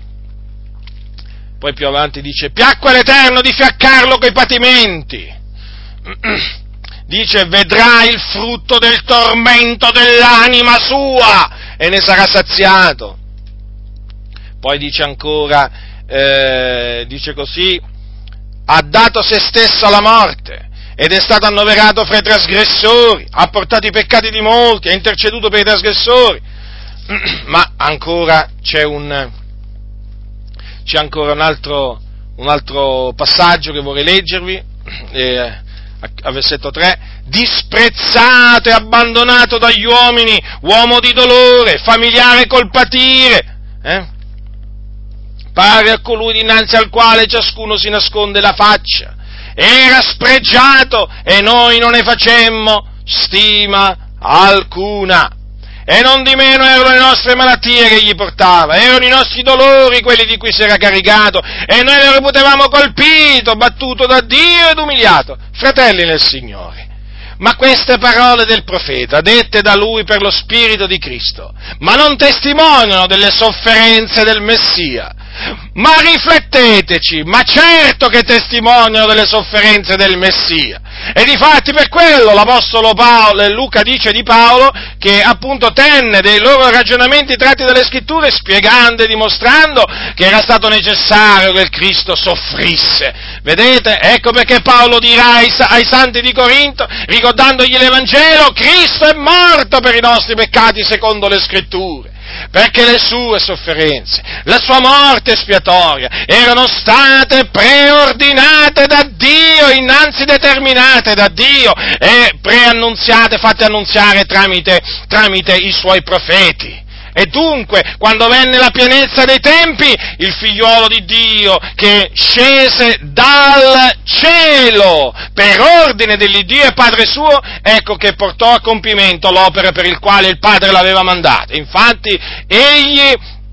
Poi più avanti dice, piacque all'Eterno di fiaccarlo coi patimenti. Dice, vedrà il frutto del tormento dell'anima sua e ne sarà saziato. Poi dice ancora, dice così, ha dato se stesso alla morte ed è stato annoverato fra i trasgressori, ha portato i peccati di molti, ha interceduto per i trasgressori. Ma ancora c'è ancora un altro passaggio che vorrei leggervi, a versetto 3, disprezzato e abbandonato dagli uomini, uomo di dolore, familiare col patire, pare a colui dinanzi al quale ciascuno si nasconde la faccia. Era spregiato e noi non ne facemmo stima alcuna. e non di meno erano le nostre malattie che egli portava, erano i nostri dolori quelli di cui si era caricato, e noi lo reputavamo colpito, battuto da Dio ed umiliato. Fratelli nel Signore, ma queste parole del profeta, dette da lui per lo Spirito di Cristo, ma non testimoniano delle sofferenze del Messia. Ma rifletteteci, ma certo che testimoniano delle sofferenze del Messia. E difatti per quello l'Apostolo Paolo, Luca dice di Paolo, che appunto tenne dei loro ragionamenti tratti dalle Scritture, spiegando e dimostrando che era stato necessario che il Cristo soffrisse. Vedete? Ecco perché Paolo dirà ai santi di Corinto, ricordandogli l'Evangelo: Cristo è morto per i nostri peccati secondo le Scritture, perché le sue sofferenze, la sua morte espiatoria, erano state preordinate da Dio, innanzi determinate da Dio e preannunziate, fatte annunziare tramite i suoi profeti. E dunque, quando venne la pienezza dei tempi, il figliuolo di Dio che scese dal cielo per ordine dell'Iddio e Padre suo, ecco che portò a compimento l'opera per il quale il Padre l'aveva mandato. Infatti, egli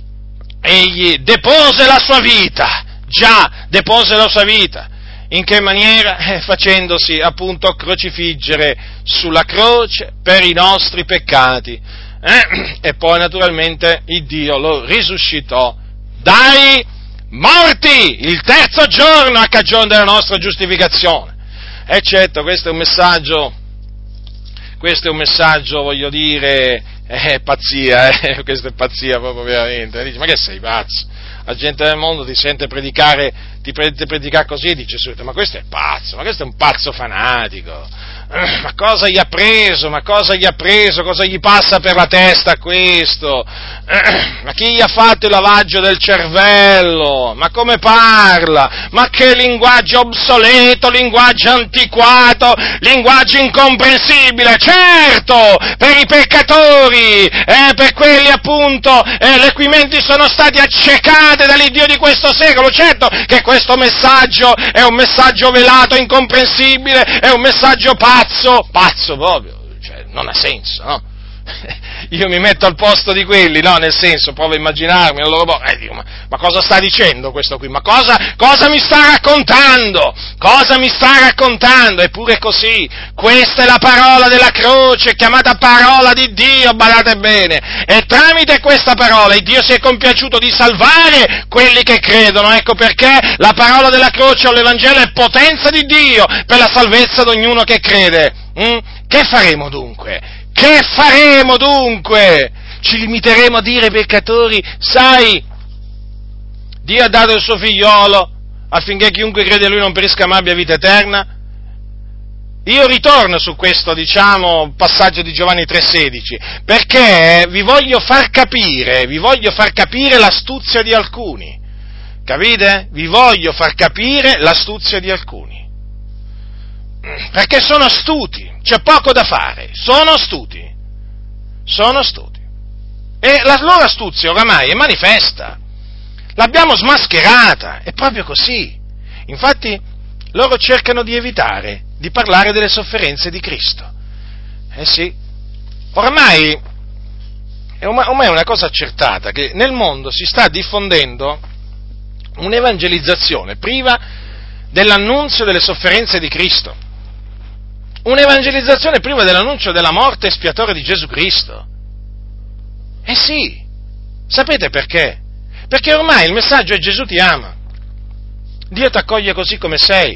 depose la sua vita, depose la sua vita. In che maniera? Facendosi appunto crocifiggere sulla croce per i nostri peccati. E poi naturalmente il Dio lo risuscitò dai morti il terzo giorno a cagione della nostra giustificazione. E certo, questo è un messaggio, voglio dire, è pazzia, questa è pazzia proprio veramente. Dici, ma che sei pazzo? La gente del mondo ti sente predicare così e dice subito: ma questo è pazzo, ma questo è un pazzo fanatico. Ma cosa gli ha preso? Cosa gli passa per la testa a questo? Ma chi gli ha fatto il lavaggio del cervello? Ma come parla? Ma che linguaggio obsoleto, linguaggio antiquato, linguaggio incomprensibile! Certo, per i peccatori, per quelli appunto, le cui menti sono state accecate dall'Iddio di questo secolo. Certo che questo messaggio è un messaggio velato, incomprensibile, è un messaggio pazzo proprio, cioè non ha senso, no? Io mi metto al posto di quelli, no? Nel senso, provo a immaginarmi, dico, ma cosa sta dicendo questo qui? Ma cosa mi sta raccontando? Cosa mi sta raccontando? Eppure è così, questa è la parola della croce, chiamata parola di Dio, badate bene, e tramite questa parola il Dio si è compiaciuto di salvare quelli che credono. Ecco perché la parola della croce o l'Evangelo è potenza di Dio per la salvezza di ognuno che crede. Che faremo dunque? Ci limiteremo a dire ai peccatori: sai, Dio ha dato il suo figliolo affinché chiunque crede in lui non perisca ma abbia vita eterna? Io ritorno su questo, passaggio di Giovanni 3,16, perché vi voglio far capire l'astuzia di alcuni, capite? Vi voglio far capire l'astuzia di alcuni, perché sono astuti, c'è poco da fare, sono astuti, e la loro astuzia oramai è manifesta, l'abbiamo smascherata, è proprio così. Infatti loro cercano di evitare di parlare delle sofferenze di Cristo. Sì, ormai è una cosa accertata che nel mondo si sta diffondendo un'evangelizzazione priva dell'annunzio delle sofferenze di Cristo. Un'evangelizzazione priva dell'annuncio della morte espiatoria di Gesù Cristo. Sì, sapete perché? Perché ormai il messaggio è: Gesù ti ama, Dio ti accoglie così come sei.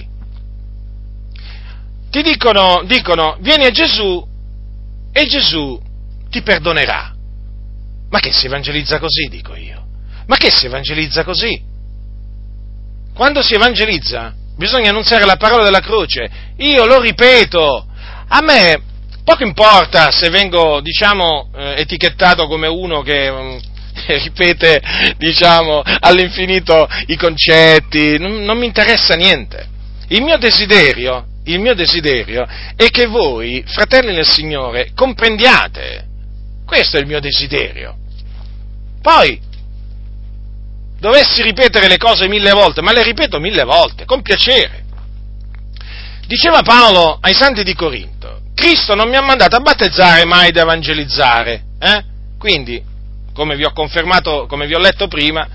Ti dicono, vieni a Gesù e Gesù ti perdonerà. Ma che si evangelizza così, dico io? Ma che si evangelizza così? Quando si evangelizza bisogna annunziare la parola della croce. Io lo ripeto, a me poco importa se vengo, etichettato come uno che ripete, all'infinito i concetti, non mi interessa niente. Il mio desiderio è che voi, fratelli nel Signore, comprendiate. Questo è il mio desiderio. Poi, dovessi ripetere le cose 1000 volte, ma le ripeto 1000 volte, con piacere. Diceva Paolo ai santi di Corinto: Cristo non mi ha mandato a battezzare, ma ad evangelizzare. Quindi, come vi ho confermato, come vi ho letto prima,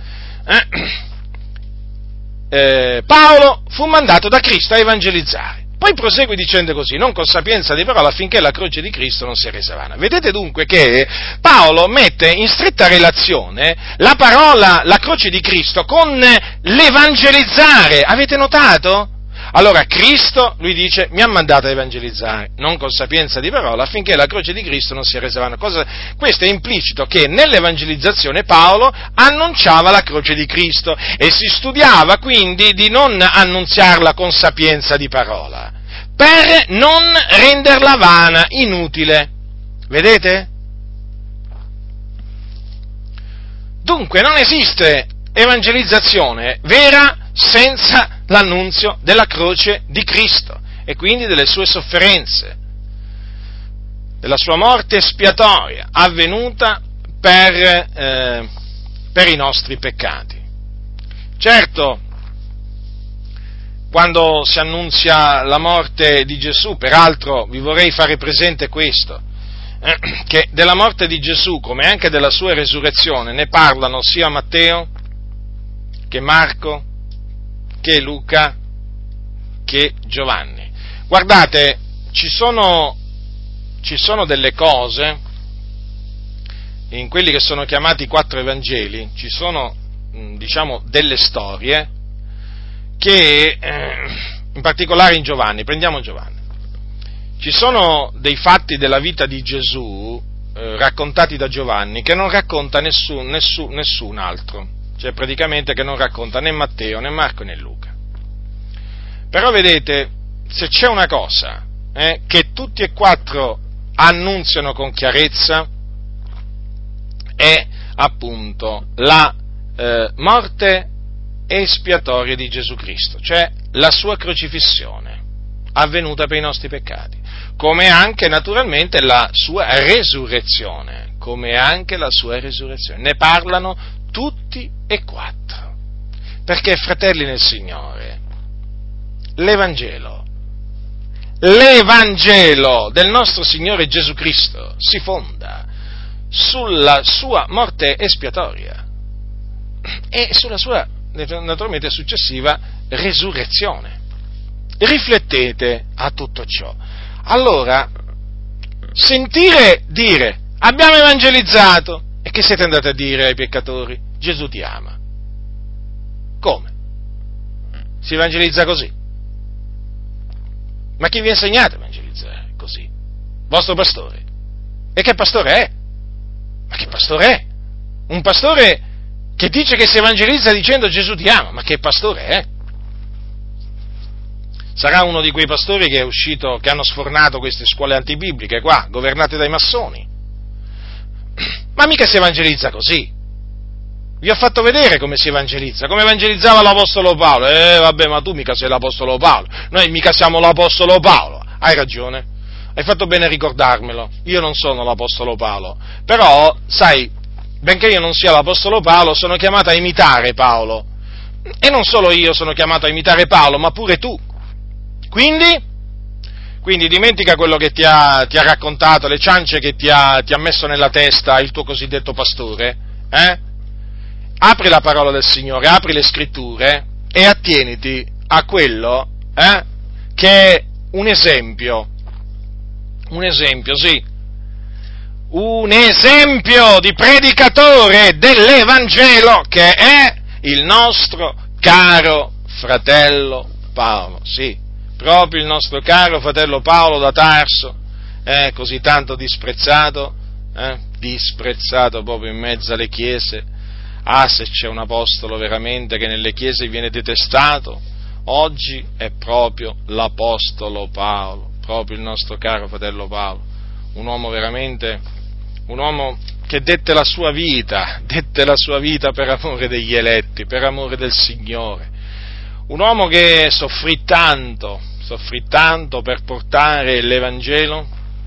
Paolo fu mandato da Cristo a evangelizzare. Poi prosegue dicendo così: non con sapienza di parola, affinché la croce di Cristo non sia resa vana. Vedete dunque che Paolo mette in stretta relazione la parola, la croce di Cristo, con l'evangelizzare. Avete notato? Allora Cristo, lui dice, mi ha mandato a evangelizzare, non con sapienza di parola, affinché la croce di Cristo non sia resa vana. Questo è implicito che nell'evangelizzazione Paolo annunciava la croce di Cristo e si studiava quindi di non annunziarla con sapienza di parola, per non renderla vana, inutile. Vedete? Dunque non esiste evangelizzazione vera senza l'annunzio della croce di Cristo e quindi delle sue sofferenze, della sua morte espiatoria avvenuta per i nostri peccati. Certo, quando si annunzia la morte di Gesù, peraltro vi vorrei fare presente questo, che della morte di Gesù, come anche della sua resurrezione, ne parlano sia Matteo, che Marco, che Luca, che Giovanni. Guardate, ci sono delle cose, in quelli che sono chiamati 4 Evangeli, ci sono, delle storie, che, in particolare in Giovanni, prendiamo Giovanni, ci sono dei fatti della vita di Gesù raccontati da Giovanni che non racconta nessun altro, cioè praticamente che non racconta né Matteo, né Marco, né Luca. Però vedete, se c'è una cosa che tutti e 4 annunziano con chiarezza, è appunto la morte espiatoria di Gesù Cristo, cioè la sua crocifissione avvenuta per i nostri peccati, come anche naturalmente la sua resurrezione, ne parlano tutti e 4, perché fratelli nel Signore, l'Evangelo del nostro Signore Gesù Cristo si fonda sulla sua morte espiatoria e sulla sua naturalmente successiva resurrezione. Riflettete a tutto ciò. Allora, sentire dire abbiamo evangelizzato, e che siete andati a dire ai peccatori? Gesù ti ama. Come? Si evangelizza così? Ma chi vi ha insegnato a evangelizzare così? Vostro pastore. E che pastore è? Ma che pastore è? Un pastore che dice che si evangelizza dicendo Gesù ti ama, ma che pastore è? Sarà uno di quei pastori che è uscito, che hanno sfornato queste scuole antibibliche qua, governate dai massoni. Ma mica si evangelizza così. Vi ho fatto vedere come si evangelizza, come evangelizzava l'Apostolo Paolo. Vabbè, ma tu mica sei l'Apostolo Paolo, noi mica siamo l'Apostolo Paolo. Hai ragione, hai fatto bene a ricordarmelo, io non sono l'Apostolo Paolo, però, sai, benché io non sia l'Apostolo Paolo, sono chiamato a imitare Paolo, e non solo io sono chiamato a imitare Paolo, ma pure tu. Quindi dimentica quello che ti ha raccontato, le ciance che ti ha messo nella testa il tuo cosiddetto pastore, Apri la parola del Signore, apri le scritture e attieniti a quello che è un esempio, sì, un esempio di predicatore dell'Evangelo, che è il nostro caro fratello Paolo, sì, proprio il nostro caro fratello Paolo da Tarso, così tanto disprezzato proprio in mezzo alle chiese. Ah, se c'è un apostolo veramente che nelle chiese viene detestato, oggi è proprio l'apostolo Paolo, proprio il nostro caro fratello Paolo, un uomo che dette la sua vita per amore degli eletti, per amore del Signore, un uomo che soffrì tanto per portare l'Evangelo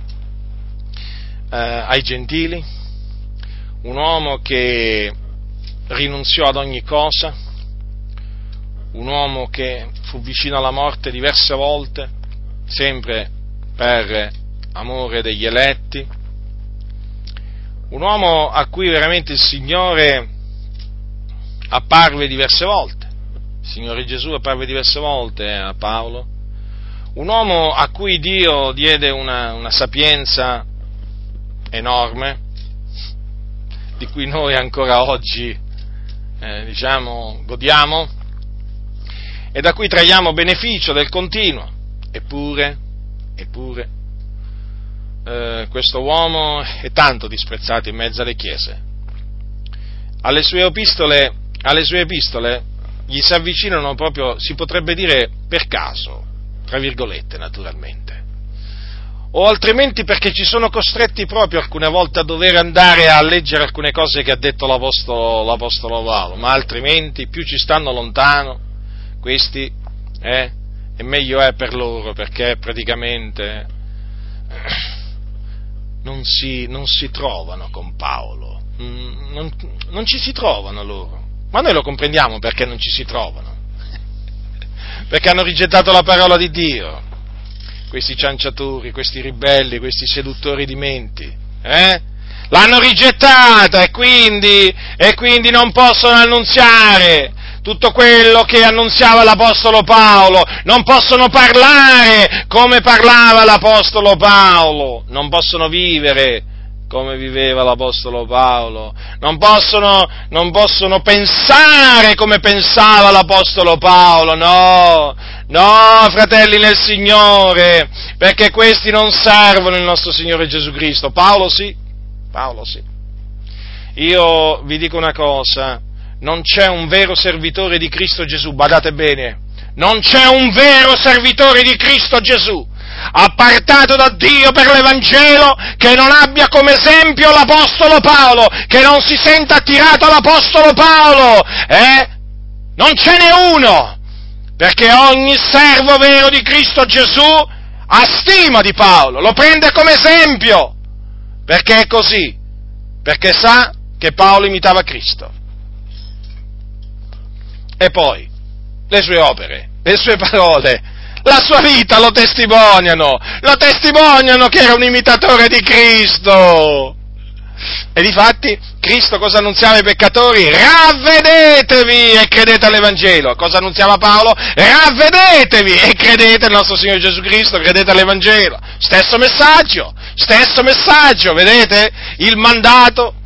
ai gentili, un uomo che rinunziò ad ogni cosa, un uomo che fu vicino alla morte diverse volte, sempre per amore degli eletti, un uomo a cui veramente il Signore apparve diverse volte, il Signore Gesù apparve diverse volte a Paolo, un uomo a cui Dio diede una sapienza enorme, di cui noi ancora oggi, godiamo, e da cui traiamo beneficio del continuo. Eppure, questo uomo è tanto disprezzato in mezzo alle chiese. Alle sue epistole gli si avvicinano proprio, si potrebbe dire, per caso, tra virgolette, naturalmente. O altrimenti perché ci sono costretti proprio alcune volte a dover andare a leggere alcune cose che ha detto l'Apostolo Paolo, ma altrimenti più ci stanno lontano questi, e meglio è per loro, perché praticamente non si trovano con Paolo, non ci si trovano loro, ma noi lo comprendiamo perché non ci si trovano, perché hanno rigettato la parola di Dio, questi cianciatori, questi ribelli, questi seduttori di menti, l'hanno rigettata e quindi non possono annunziare tutto quello che annunziava l'Apostolo Paolo, non possono parlare come parlava l'Apostolo Paolo, non possono vivere come viveva l'Apostolo Paolo, non possono pensare come pensava l'Apostolo Paolo, no, fratelli nel Signore, perché questi non servono il nostro Signore Gesù Cristo. Paolo sì. Io vi dico una cosa, non c'è un vero servitore di Cristo Gesù, badate bene, non c'è un vero servitore di Cristo Gesù, appartato da Dio per l'Evangelo, che non abbia come esempio l'Apostolo Paolo, che non si senta attirato all'Apostolo Paolo, non ce n'è uno, perché ogni servo vero di Cristo Gesù ha stima di Paolo, lo prende come esempio, perché è così, perché sa che Paolo imitava Cristo. E poi, le sue opere, le sue parole, la sua vita lo testimoniano che era un imitatore di Cristo. E difatti, Cristo cosa annunziava ai peccatori? Ravvedetevi e credete all'Evangelo. Cosa annunziava Paolo? Ravvedetevi e credete al nostro Signore Gesù Cristo, credete all'Evangelo. Stesso messaggio, vedete? Il mandato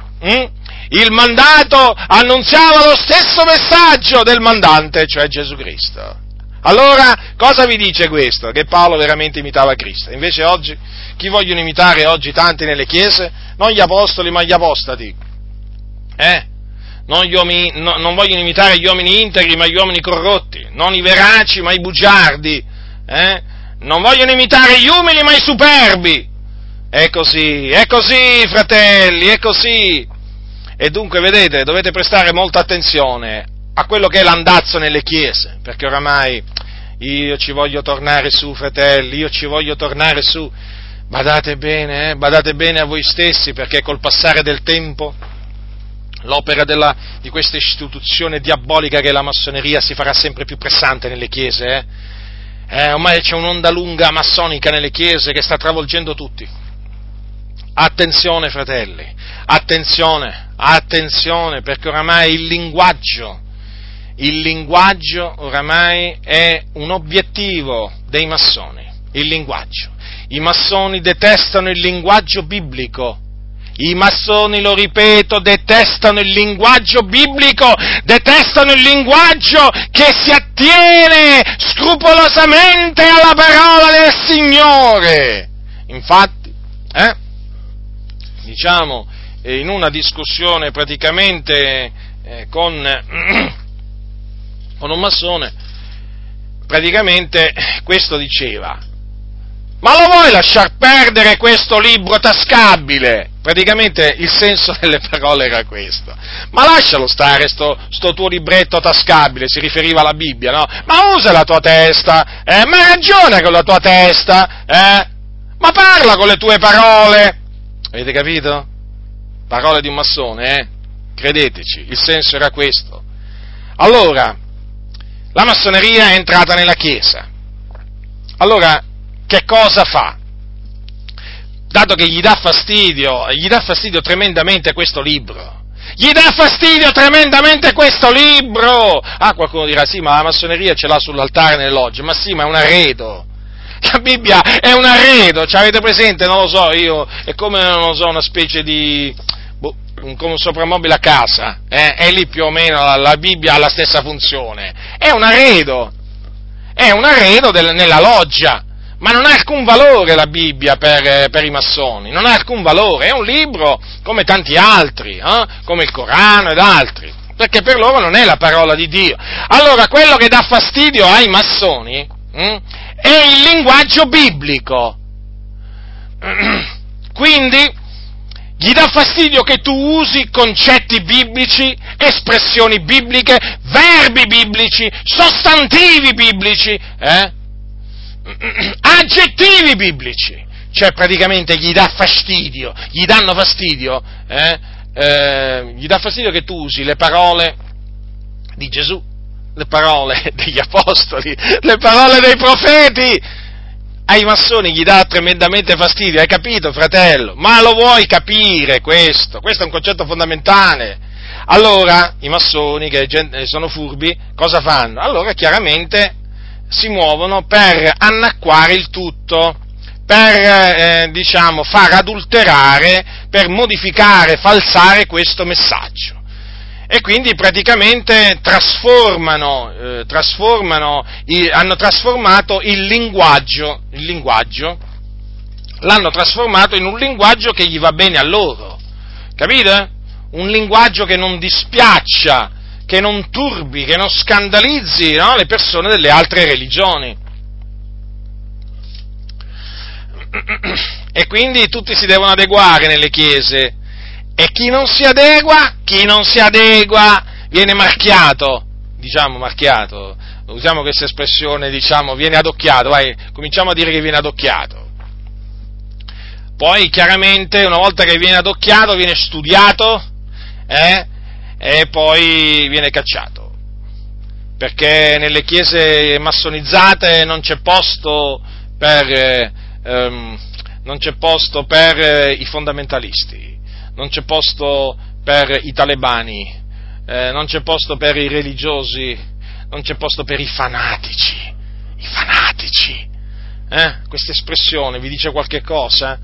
annunziava lo stesso messaggio del mandante, cioè Gesù Cristo. Allora, cosa vi dice questo? Che Paolo veramente imitava Cristo. Invece oggi, chi vogliono imitare oggi tanti nelle chiese? Non gli apostoli, ma gli apostati. Non vogliono imitare gli uomini integri, ma gli uomini corrotti. Non i veraci, ma i bugiardi. Non vogliono imitare gli umili, ma i superbi. È così, fratelli, è così. E dunque, vedete, dovete prestare molta attenzione a quello che è l'andazzo nelle chiese, perché oramai io ci voglio tornare su, fratelli, io ci voglio tornare su. Badate bene a voi stessi, perché col passare del tempo l'opera di questa istituzione diabolica che è la massoneria si farà sempre più pressante nelle chiese. Ormai c'è un'onda lunga massonica nelle chiese che sta travolgendo tutti. Attenzione, fratelli, attenzione, perché oramai il linguaggio oramai è un obiettivo dei massoni, il linguaggio. I massoni detestano il linguaggio biblico. I massoni, lo ripeto, detestano il linguaggio biblico, detestano il linguaggio che si attiene scrupolosamente alla parola del Signore. Infatti, in una discussione praticamente con un massone, praticamente questo diceva: ma lo vuoi lasciar perdere questo libro tascabile? Praticamente il senso delle parole era questo. Ma lascialo stare sto tuo libretto tascabile, si riferiva alla Bibbia, no? Ma usa la tua testa, ma ragiona con la tua testa, ma parla con le tue parole. Avete capito? Parole di un massone, Credeteci, il senso era questo. Allora, la massoneria è entrata nella Chiesa. Allora, che cosa fa? dato che gli dà fastidio tremendamente questo libro. Gli dà fastidio tremendamente questo libro! Ah, qualcuno dirà, sì, ma la massoneria ce l'ha sull'altare nelle logge. Ma sì, ma è un arredo. La Bibbia è un arredo, ci avete presente? Non lo so, è come, non lo so, una specie di, come un soprammobile a casa, è lì più o meno la Bibbia ha la stessa funzione. È un arredo nella loggia. Ma non ha alcun valore la Bibbia per i massoni, non ha alcun valore, è un libro come tanti altri, come il Corano ed altri, perché per loro non è la parola di Dio. Allora, quello che dà fastidio ai massoni è il linguaggio biblico. Quindi, gli dà fastidio che tu usi concetti biblici, espressioni bibliche, verbi biblici, sostantivi biblici, aggettivi biblici, cioè praticamente gli danno fastidio, gli dà fastidio che tu usi le parole di Gesù, le parole degli apostoli, le parole dei profeti. Ai massoni gli dà tremendamente fastidio, hai capito, fratello? Ma lo vuoi capire questo? Questo è un concetto fondamentale. Allora, i massoni, che sono furbi, cosa fanno? Allora, chiaramente, si muovono per annacquare il tutto, per, far adulterare, per modificare, falsare questo messaggio. E quindi praticamente hanno trasformato il linguaggio, l'hanno trasformato in un linguaggio che gli va bene a loro, capite? Un linguaggio che non dispiaccia, che non turbi, che non scandalizzi, no, le persone delle altre religioni. E quindi tutti si devono adeguare nelle chiese, e chi non si adegua viene marchiato, usiamo questa espressione, viene adocchiato, cominciamo a dire che viene adocchiato. Poi chiaramente una volta che viene adocchiato viene studiato, e poi viene cacciato, perché nelle chiese massonizzate non c'è posto per i fondamentalisti, non c'è posto per i talebani, non c'è posto per i religiosi, non c'è posto per i fanatici. Questa espressione vi dice qualche cosa?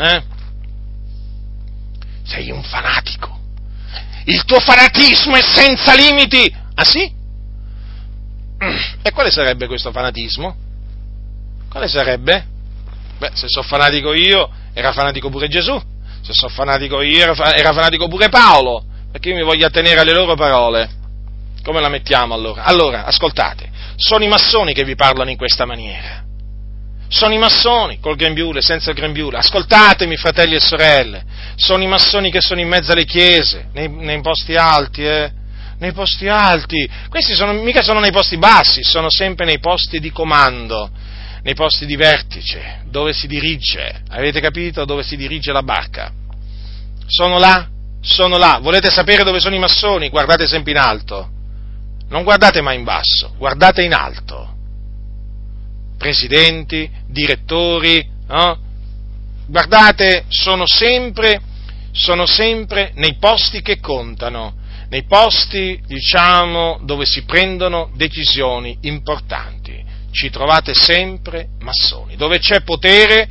Sei un fanatico. Il tuo fanatismo è senza limiti! Ah sì? E quale sarebbe questo fanatismo? Quale sarebbe? Beh, se sono fanatico io, era fanatico pure Gesù. Se sono fanatico io, era fanatico pure Paolo. Perché io mi voglio attenere alle loro parole. Come la mettiamo allora? Allora, ascoltate, sono i massoni che vi parlano in questa maniera. Sono i massoni, col grembiule, senza il grembiule. Ascoltatemi, fratelli e sorelle, sono i massoni che sono in mezzo alle chiese, nei posti alti, nei posti alti. Questi mica sono nei posti bassi, sono sempre nei posti di comando, nei posti di vertice, dove si dirige, avete capito? Dove si dirige la barca. Sono là. Volete sapere dove sono i massoni? Guardate sempre in alto. Non guardate mai in basso, guardate in alto. Presidenti, direttori, no? Guardate, sono sempre nei posti che contano, nei posti, dove si prendono decisioni importanti. Ci trovate sempre massoni. Dove c'è potere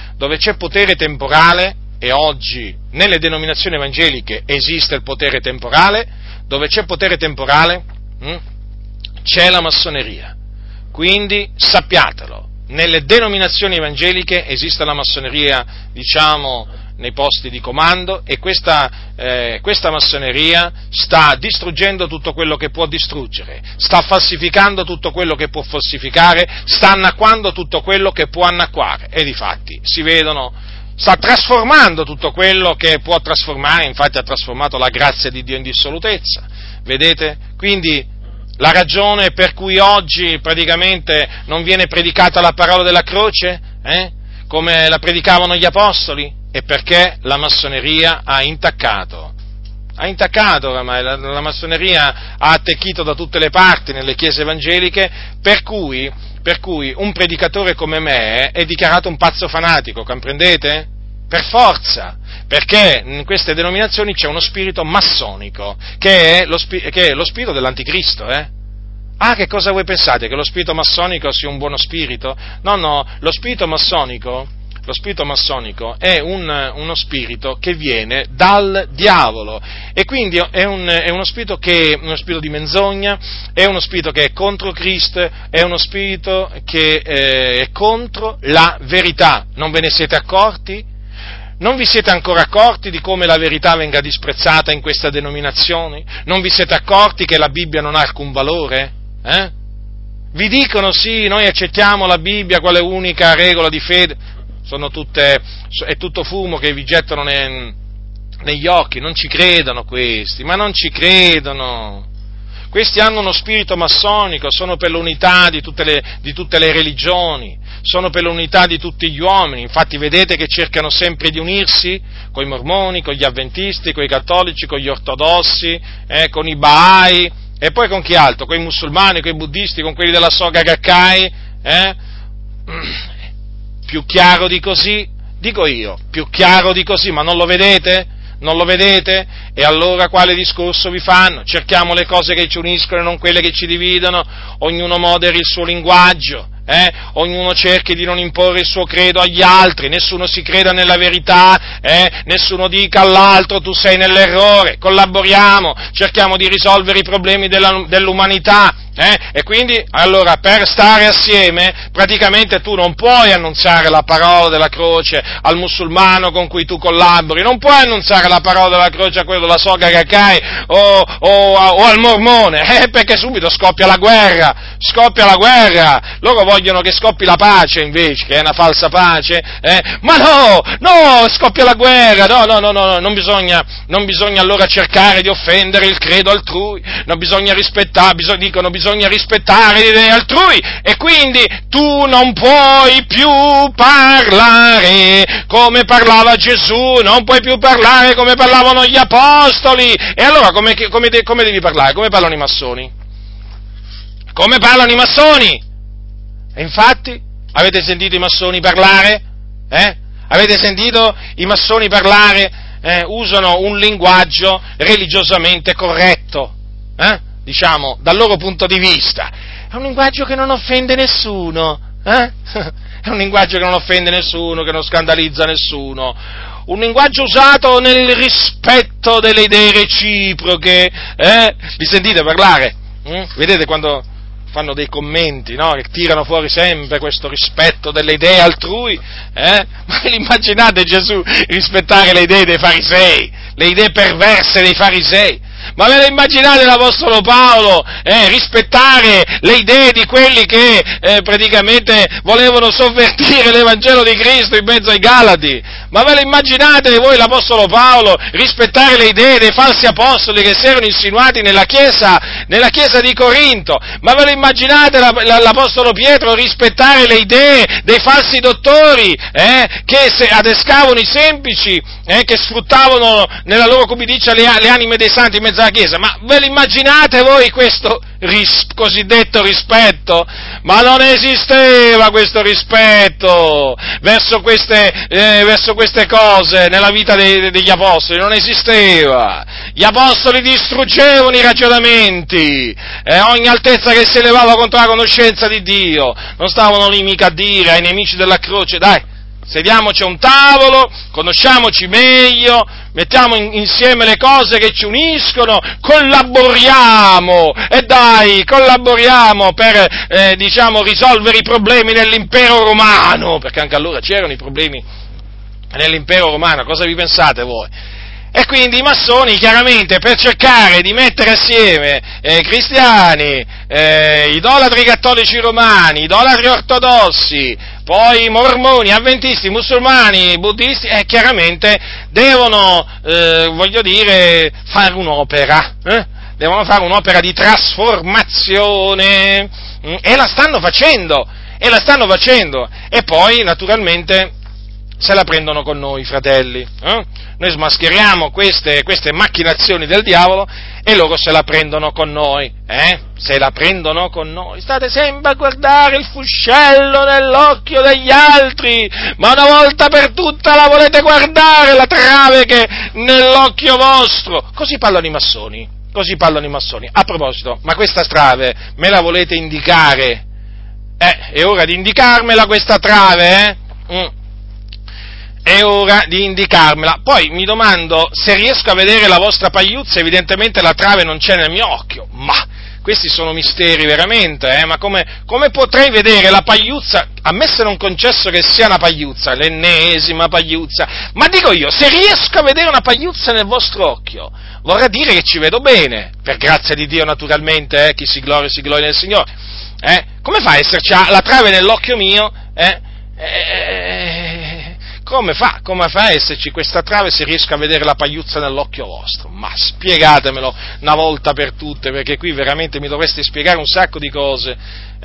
temporale, e oggi nelle denominazioni evangeliche esiste il potere temporale, dove c'è potere temporale, c'è la massoneria. Quindi sappiatelo, nelle denominazioni evangeliche esiste la massoneria, nei posti di comando, e questa massoneria sta distruggendo tutto quello che può distruggere, sta falsificando tutto quello che può falsificare, sta annacquando tutto quello che può annacquare, e difatti si vedono, sta trasformando tutto quello che può trasformare, infatti ha trasformato la grazia di Dio in dissolutezza, vedete? Quindi la ragione per cui oggi praticamente non viene predicata la parola della croce, come la predicavano gli apostoli, è perché la massoneria ha intaccato oramai, la massoneria ha attecchito da tutte le parti nelle chiese evangeliche, per cui un predicatore come me è dichiarato un pazzo fanatico, comprendete? per forza, perché in queste denominazioni c'è uno spirito massonico, che è lo spirito dell'anticristo, Ah, che cosa voi pensate? Che lo spirito massonico sia un buono spirito? No, lo spirito massonico è uno spirito che viene dal diavolo, e quindi è uno spirito di menzogna, è uno spirito che è contro Cristo, è uno spirito che è contro la verità. Non ve ne siete accorti? Non vi siete ancora accorti di come la verità venga disprezzata in questa denominazione? Non vi siete accorti che la Bibbia non ha alcun valore? Vi dicono sì, noi accettiamo la Bibbia quale unica regola di fede. È tutto fumo che vi gettano negli occhi, non ci credono questi, ma non ci credono. Questi hanno uno spirito massonico, sono per l'unità di tutte le religioni, sono per l'unità di tutti gli uomini. Infatti vedete che cercano sempre di unirsi con i mormoni, con gli avventisti, con i cattolici, con gli ortodossi, con i Bahai, e poi con chi altro? Con i musulmani, con i buddisti, con quelli della Soga Gakkai, Più chiaro di così? Dico io, più chiaro di così, ma non lo vedete? Non lo vedete? E allora quale discorso vi fanno? Cerchiamo le cose che ci uniscono e non quelle che ci dividono, ognuno moderi il suo linguaggio, ognuno cerchi di non imporre il suo credo agli altri, nessuno si creda nella verità, nessuno dica all'altro tu sei nell'errore, collaboriamo, cerchiamo di risolvere i problemi dell'umanità, e quindi, allora, per stare assieme, praticamente tu non puoi annunziare la parola della croce al musulmano con cui tu collabori, non puoi annunziare la parola della croce a quello della Soga Gakkai o al mormone, perché subito scoppia la guerra, loro vogliono che scoppi la pace invece, che è una falsa pace, ma no, scoppia la guerra, no, non bisogna allora cercare di offendere il credo altrui, non bisogna bisogna rispettare le idee altrui, e quindi tu non puoi più parlare come parlava Gesù, non puoi più parlare come parlavano gli apostoli, e allora come devi parlare? Come parlano i massoni? Come parlano i massoni? E infatti, avete sentito i massoni parlare? Avete sentito i massoni parlare? Usano un linguaggio religiosamente corretto, diciamo, dal loro punto di vista. È un linguaggio che non offende nessuno, È un linguaggio che non offende nessuno, che non scandalizza nessuno. Un linguaggio usato nel rispetto delle idee reciproche, Li sentite parlare? Vedete quando fanno dei commenti, no? Che tirano fuori sempre questo rispetto delle idee altrui, Ma immaginate Gesù rispettare le idee dei farisei, le idee perverse dei farisei? Ma ve le immaginate l'Apostolo Paolo rispettare le idee di quelli che praticamente volevano sovvertire l'Evangelo di Cristo in mezzo ai Galati? Ma ve le immaginate voi l'Apostolo Paolo rispettare le idee dei falsi apostoli che si erano insinuati nella chiesa di Corinto? Ma ve le immaginate l'Apostolo Pietro rispettare le idee dei falsi dottori che adescavano i semplici, che sfruttavano nella loro cupidigia le anime dei santi in mezzo alla Chiesa? Ma ve l'immaginate voi questo cosiddetto rispetto? Ma non esisteva questo rispetto verso queste cose nella vita degli apostoli, non esisteva. Gli apostoli distruggevano i ragionamenti, ogni altezza che si elevava contro la conoscenza di Dio. Non stavano lì mica a dire ai nemici della croce: dai, sediamoci a un tavolo, conosciamoci meglio, mettiamo insieme le cose che ci uniscono, collaboriamo per, risolvere i problemi nell'impero romano, perché anche allora c'erano i problemi nell'impero romano, cosa vi pensate voi? E quindi i massoni, chiaramente, per cercare di mettere assieme cristiani, idolatri cattolici romani, idolatri ortodossi, poi mormoni, avventisti, musulmani, buddisti, chiaramente devono, fare un'opera, devono fare un'opera di trasformazione, e la stanno facendo, e poi, naturalmente, se la prendono con noi, fratelli. Noi smascheriamo queste macchinazioni del diavolo e loro se la prendono con noi, se la prendono con noi, state sempre a guardare il fuscello nell'occhio degli altri, ma una volta per tutte la volete guardare la trave che è nell'occhio vostro, così parlano i massoni, a proposito, ma questa trave me la volete indicare? È ora di indicarmela questa trave, È ora di indicarmela. Poi mi domando, se riesco a vedere la vostra pagliuzza, evidentemente la trave non c'è nel mio occhio. Ma questi sono misteri veramente, ma come potrei vedere la pagliuzza, ammesso non concesso che sia una pagliuzza, l'ennesima pagliuzza, ma dico io, se riesco a vedere una pagliuzza nel vostro occhio, vorrà dire che ci vedo bene, per grazia di Dio naturalmente, chi si gloria nel Signore. Come fa a esserci la trave nell'occhio mio? Come fa a esserci questa trave se riesco a vedere la pagliuzza nell'occhio vostro? Ma spiegatemelo una volta per tutte, perché qui veramente mi dovreste spiegare un sacco di cose.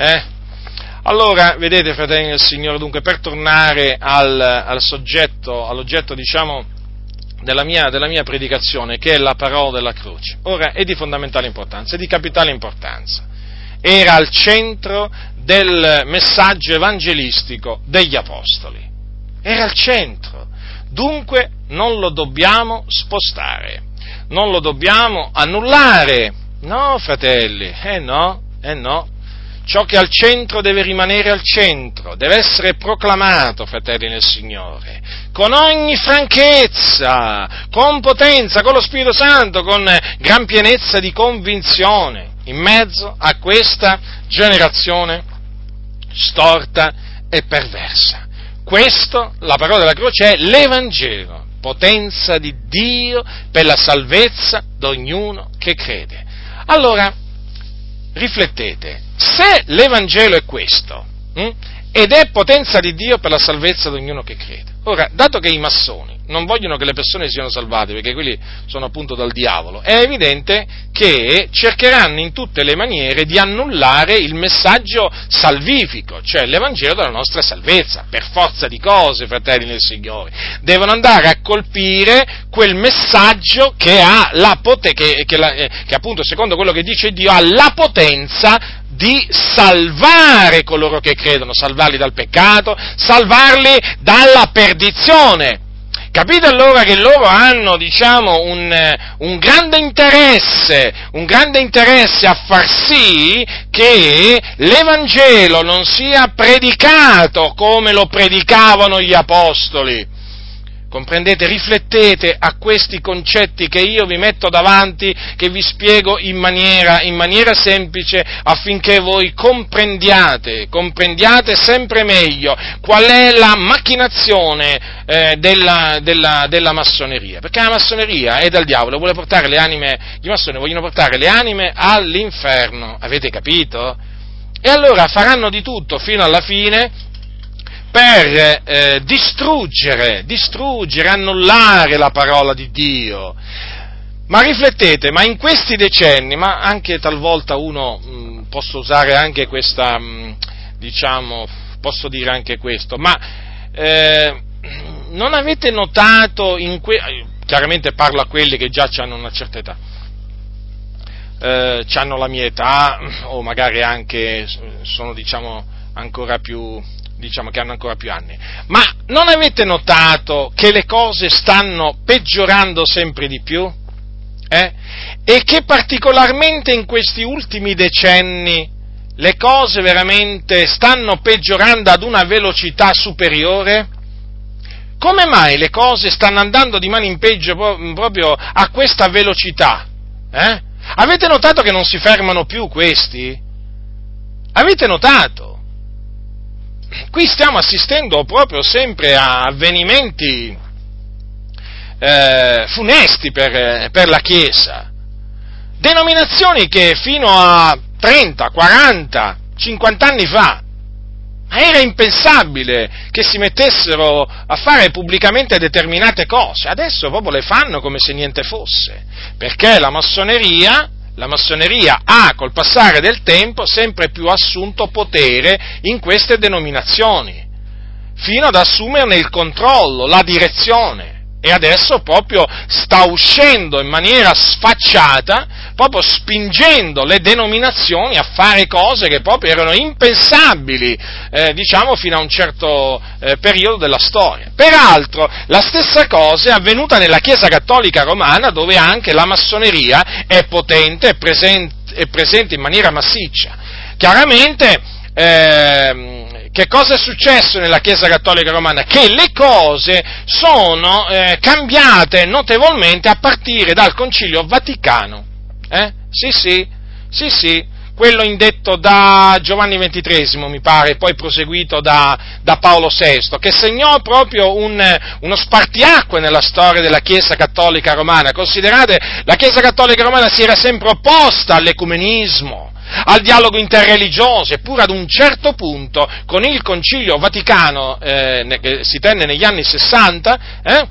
Allora, vedete, fratelli del Signore, dunque, per tornare all'oggetto, diciamo, della mia predicazione, che è la parola della croce. Ora, è di fondamentale importanza, è di capitale importanza. Era al centro del messaggio evangelistico degli apostoli. Era al centro, dunque non lo dobbiamo spostare, non lo dobbiamo annullare, no fratelli, no, ciò che è al centro deve rimanere al centro, deve essere proclamato, fratelli nel Signore, con ogni franchezza, con potenza, con lo Spirito Santo, con gran pienezza di convinzione, in mezzo a questa generazione storta e perversa. Questo, la parola della croce, è l'Evangelo, potenza di Dio per la salvezza di ognuno che crede. Allora, riflettete, se l'Evangelo è questo, ed è potenza di Dio per la salvezza di ognuno che crede, ora, dato che i massoni non vogliono che le persone siano salvate, perché quelli sono appunto dal diavolo, è evidente che cercheranno in tutte le maniere di annullare il messaggio salvifico, cioè l'Evangelo della nostra salvezza, per forza di cose, fratelli nel Signore. Devono andare a colpire quel messaggio che ha che appunto, secondo quello che dice Dio, ha la potenza di salvare coloro che credono, salvarli dal peccato, salvarli dalla perdizione. Capite allora che loro hanno, diciamo, un grande interesse a far sì che l'Evangelo non sia predicato come lo predicavano gli apostoli. Comprendete? Riflettete a questi concetti che io vi metto davanti, che vi spiego in maniera semplice, affinché voi comprendiate sempre meglio qual è la macchinazione della massoneria, perché la massoneria è dal diavolo, vuole portare i massoni vogliono portare le anime all'inferno, avete capito? E allora faranno di tutto fino alla fine per distruggere, annullare la parola di Dio. Ma riflettete, ma in questi decenni, ma anche talvolta posso usare anche questa, posso dire anche questo, ma non avete notato chiaramente parlo a quelli che già hanno una certa età, hanno la mia età, o magari anche sono, ancora più, che hanno ancora più anni, ma non avete notato che le cose stanno peggiorando sempre di più? E che particolarmente in questi ultimi decenni le cose veramente stanno peggiorando ad una velocità superiore? Come mai le cose stanno andando di mano in peggio proprio a questa velocità? Avete notato che non si fermano più questi? Avete notato? Qui stiamo assistendo proprio sempre a avvenimenti funesti per la Chiesa. Denominazioni che fino a 30, 40, 50 anni fa era impensabile che si mettessero a fare pubblicamente determinate cose, adesso proprio le fanno come se niente fosse, perché la massoneria ha, col passare del tempo, sempre più assunto potere in queste denominazioni, fino ad assumerne il controllo, la direzione, e adesso proprio sta uscendo in maniera sfacciata proprio spingendo le denominazioni a fare cose che proprio erano impensabili, diciamo, fino a un certo periodo della storia. Peraltro, la stessa cosa è avvenuta nella Chiesa Cattolica Romana, dove anche la massoneria è potente, è presente in maniera massiccia. Chiaramente, che cosa è successo nella Chiesa Cattolica Romana? Che le cose sono cambiate notevolmente a partire dal Concilio Vaticano. Sì, quello indetto da Giovanni XXIII, mi pare, poi proseguito da Paolo VI, che segnò proprio uno spartiacque nella storia della Chiesa Cattolica Romana. Considerate, la Chiesa Cattolica Romana si era sempre opposta all'ecumenismo, al dialogo interreligioso, eppure ad un certo punto, con il Concilio Vaticano, che si tenne negli anni 60,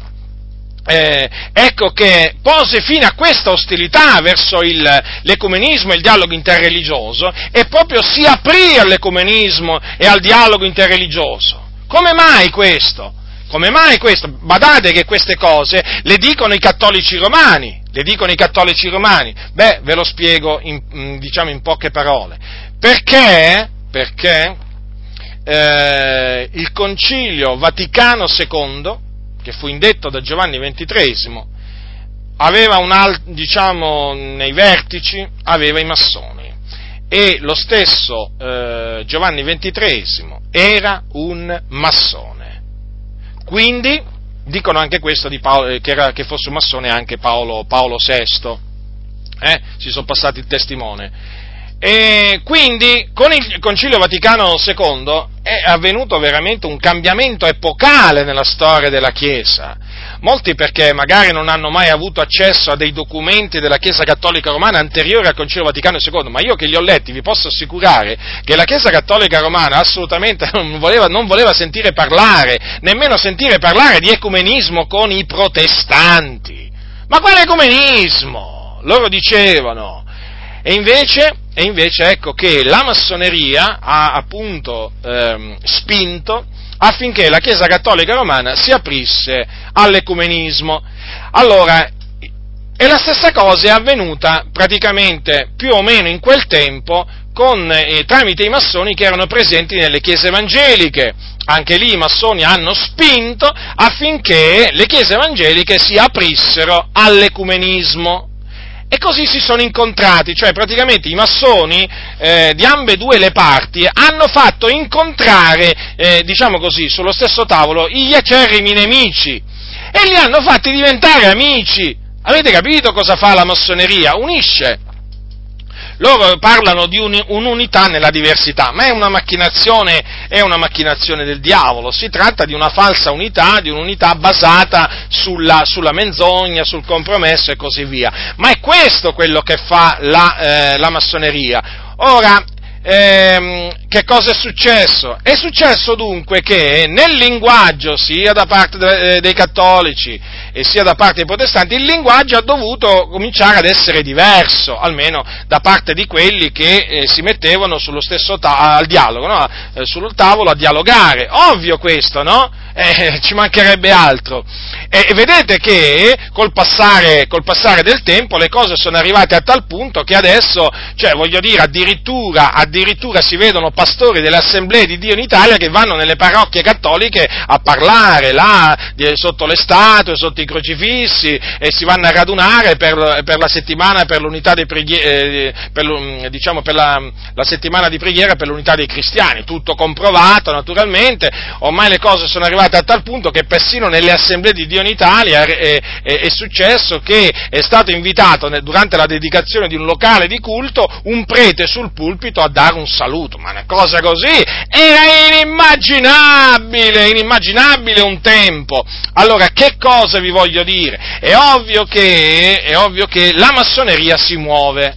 ecco che pose fine a questa ostilità verso l'ecumenismo e il dialogo interreligioso, e proprio si aprì all'ecumenismo e al dialogo interreligioso. Come mai questo? Badate che queste cose le dicono i cattolici romani. Beh, ve lo spiego in poche parole. Perché il Concilio Vaticano II, che fu indetto da Giovanni XXIII, aveva nei vertici aveva i massoni, e lo stesso Giovanni XXIII era un massone. Quindi dicono anche questo di Paolo, che fosse un massone anche Paolo VI, ci sono passati il testimone. E quindi con il Concilio Vaticano II è avvenuto veramente un cambiamento epocale nella storia della Chiesa. Molti, perché magari non hanno mai avuto accesso a dei documenti della Chiesa Cattolica Romana anteriori al Concilio Vaticano II, ma io che li ho letti vi posso assicurare che la Chiesa Cattolica Romana assolutamente non voleva sentire parlare, nemmeno sentire parlare di ecumenismo con i protestanti. Ma quale ecumenismo? Loro dicevano. E invece ecco che la massoneria ha appunto spinto affinché la Chiesa Cattolica Romana si aprisse all'ecumenismo. Allora, e la stessa cosa è avvenuta praticamente più o meno in quel tempo tramite i massoni che erano presenti nelle chiese evangeliche. Anche lì i massoni hanno spinto affinché le chiese evangeliche si aprissero all'ecumenismo. E così si sono incontrati, cioè praticamente i massoni di ambedue le parti hanno fatto incontrare, diciamo così, sullo stesso tavolo gli acerrimi nemici, e li hanno fatti diventare amici. Avete capito cosa fa la massoneria? Unisce. Loro parlano di un'unità nella diversità, ma è una macchinazione del diavolo. Si tratta di una falsa unità, di un'unità basata sulla menzogna, sul compromesso e così via. Ma è questo quello che fa la massoneria. Ora, che cosa è successo? È successo dunque che nel linguaggio, sia da parte dei cattolici e sia da parte dei protestanti, il linguaggio ha dovuto cominciare ad essere diverso, almeno da parte di quelli che si mettevano sullo stesso al dialogo, no? Sul tavolo a dialogare. Ovvio questo, no? Ci mancherebbe altro. E vedete che col passare del tempo le cose sono arrivate a tal punto che adesso, cioè voglio dire, addirittura si vedono pastori delle assemblee di Dio in Italia che vanno nelle parrocchie cattoliche a parlare là sotto le statue, sotto i crocifissi, e si vanno a radunare per la settimana per l'unità dei per la settimana di preghiera per l'unità dei cristiani. Tutto comprovato, naturalmente. Ormai le cose sono arrivate a tal punto che persino nelle assemblee di Dio in Italia è successo che è stato invitato durante la dedicazione di un locale di culto un prete sul pulpito a dare un saluto. Ma una cosa così era inimmaginabile un tempo. Allora, che cosa vi voglio dire? È ovvio che la massoneria si muove.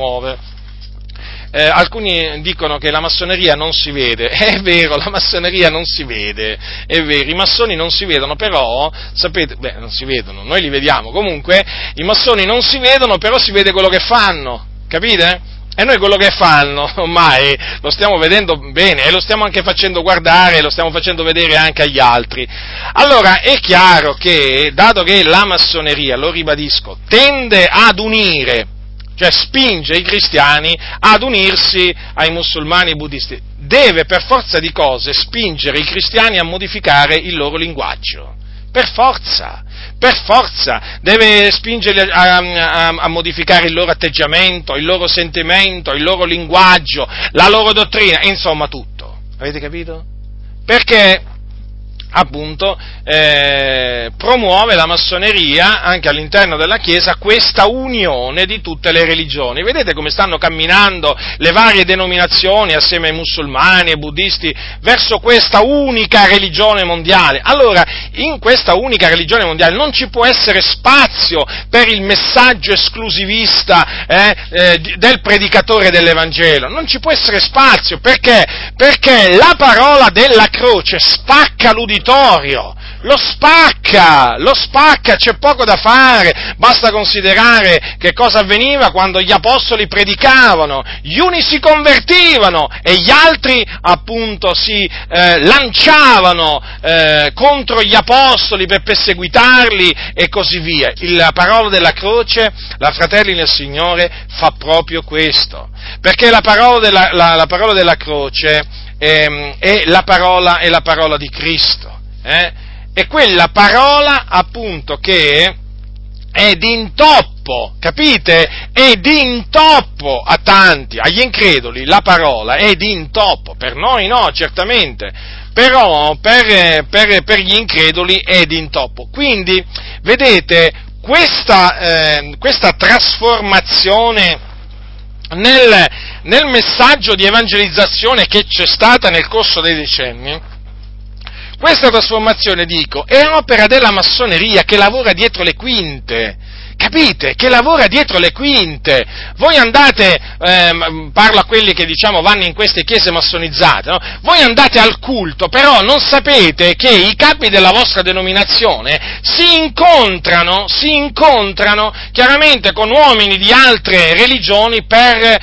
Alcuni dicono che la massoneria non si vede. È vero, la massoneria non si vede, è vero, i massoni non si vedono, però, sapete, non si vedono, noi li vediamo, comunque, i massoni non si vedono, però si vede quello che fanno, capite? E noi quello che fanno, ormai, lo stiamo vedendo bene, e lo stiamo anche facendo guardare, lo stiamo facendo vedere anche agli altri. Allora, è chiaro che, dato che la massoneria, lo ribadisco, tende ad unire cioè spinge i cristiani ad unirsi ai musulmani e buddisti, deve per forza di cose spingere i cristiani a modificare il loro linguaggio, per forza, deve spingerli a modificare il loro atteggiamento, il loro sentimento, il loro linguaggio, la loro dottrina, insomma tutto, avete capito? Perché appunto promuove la massoneria anche all'interno della Chiesa questa unione di tutte le religioni. Vedete come stanno camminando le varie denominazioni assieme ai musulmani e buddisti verso questa unica religione mondiale. Allora, in questa unica religione mondiale non ci può essere spazio per il messaggio esclusivista del predicatore dell'Evangelo, non ci può essere spazio, perché la parola della croce spacca l'uditorio, lo spacca, c'è poco da fare, basta considerare che cosa avveniva quando gli apostoli predicavano, gli uni si convertivano e gli altri appunto si lanciavano contro gli apostoli per perseguitarli e così via. La parola della croce, la fratelli nel Signore, fa proprio questo, perché la parola della croce è la parola di Cristo, è quella parola appunto che è d'intoppo, capite? È d'intoppo a tanti, agli increduli la parola è d'intoppo, per noi no, certamente, però per gli increduli è d'intoppo. Quindi, vedete, questa trasformazione nel messaggio di evangelizzazione che c'è stata nel corso dei decenni, questa trasformazione, dico, è opera della massoneria che lavora dietro le quinte, capite? Che lavora dietro le quinte. Voi andate, parlo a quelli che vanno in queste chiese massonizzate, no? Voi andate al culto, però non sapete che i capi della vostra denominazione si incontrano chiaramente con uomini di altre religioni per,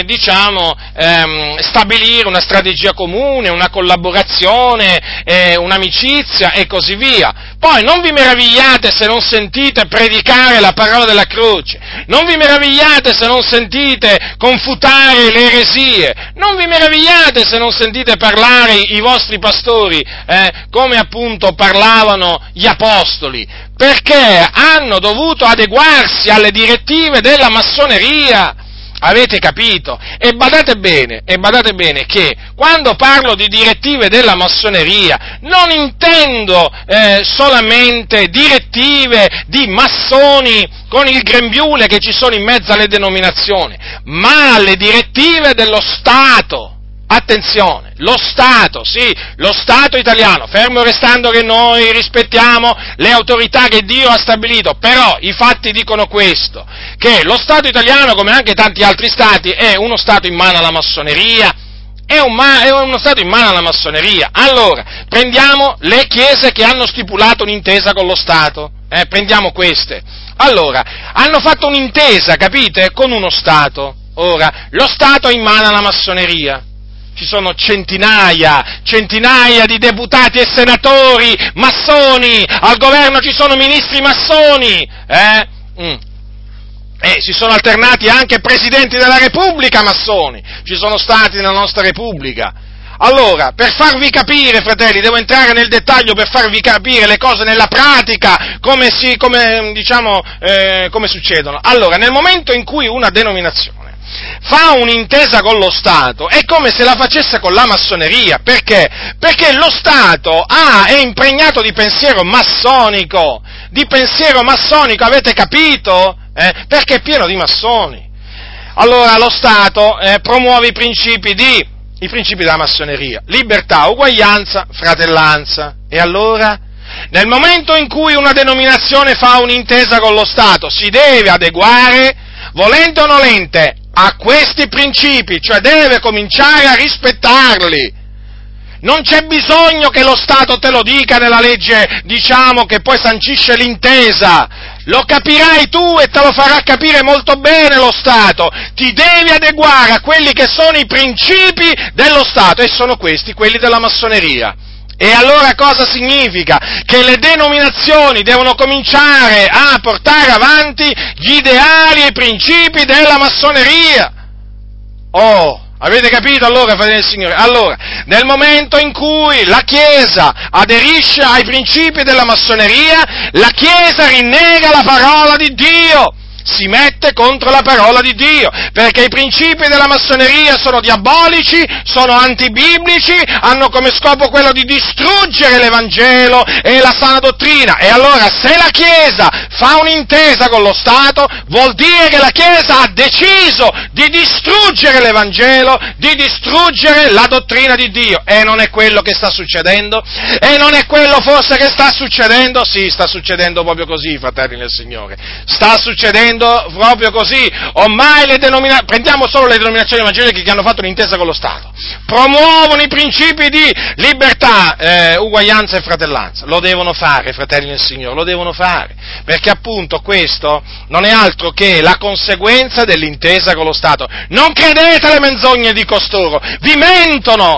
stabilire una strategia comune, una collaborazione, un'amicizia e così via. Poi non vi meravigliate se non sentite predicare la parola della croce, non vi meravigliate se non sentite confutare le eresie, non vi meravigliate se non sentite parlare i vostri pastori, come appunto parlavano gli apostoli, perché hanno dovuto adeguarsi alle direttive della massoneria. Avete capito? E badate bene che quando parlo di direttive della massoneria non intendo solamente direttive di massoni con il grembiule che ci sono in mezzo alle denominazioni, ma le direttive dello Stato. Attenzione, lo Stato, sì, lo Stato italiano, fermo restando che noi rispettiamo le autorità che Dio ha stabilito, però i fatti dicono questo, che lo Stato italiano, come anche tanti altri Stati, è uno Stato in mano alla massoneria, è uno Stato in mano alla massoneria. Allora, prendiamo le chiese che hanno stipulato un'intesa con lo Stato, prendiamo queste. Allora, hanno fatto un'intesa, capite, con uno Stato. Ora, lo Stato è in mano alla massoneria. Ci sono centinaia di deputati e senatori massoni, al governo ci sono ministri massoni, si sono alternati anche presidenti della Repubblica massoni, ci sono stati nella nostra Repubblica. Allora, per farvi capire, fratelli, devo entrare nel dettaglio per farvi capire le cose nella pratica, come succedono. Allora, nel momento in cui una denominazione fa un'intesa con lo Stato, è come se la facesse con la massoneria. Perché? Perché lo Stato è impregnato di pensiero massonico, avete capito? Perché è pieno di massoni. Allora lo Stato promuove i principi della massoneria: libertà, uguaglianza, fratellanza. E allora? Nel momento in cui una denominazione fa un'intesa con lo Stato, si deve adeguare, volente o nolente, a questi principi, cioè deve cominciare a rispettarli. Non c'è bisogno che lo Stato te lo dica nella legge, che poi sancisce l'intesa. Lo capirai tu e te lo farà capire molto bene lo Stato. Ti devi adeguare a quelli che sono i principi dello Stato, e sono questi, quelli della massoneria. E allora cosa significa? Che le denominazioni devono cominciare a portare avanti gli ideali e i principi della massoneria. Oh, avete capito allora, fratelli del Signore? Allora, nel momento in cui la Chiesa aderisce ai principi della massoneria, la Chiesa rinnega la parola di Dio. Si mette contro la parola di Dio, perché i principi della massoneria sono diabolici, sono antibiblici, hanno come scopo quello di distruggere l'Evangelo e la sana dottrina. E allora, se la Chiesa fa un'intesa con lo Stato, vuol dire che la Chiesa ha deciso di distruggere l'Evangelo, di distruggere la dottrina di Dio. E non è quello che sta succedendo? E non è quello forse che sta succedendo? Sì, sta succedendo proprio così, fratelli del Signore. Sta succedendo proprio così. Ormai prendiamo solo le denominazioni evangeliche che hanno fatto un'intesa con lo Stato, promuovono i principi di libertà, uguaglianza e fratellanza. Lo devono fare, fratelli del Signore, lo devono fare, perché appunto questo non è altro che la conseguenza dell'intesa con lo Stato. Non credete alle menzogne di costoro, vi mentono,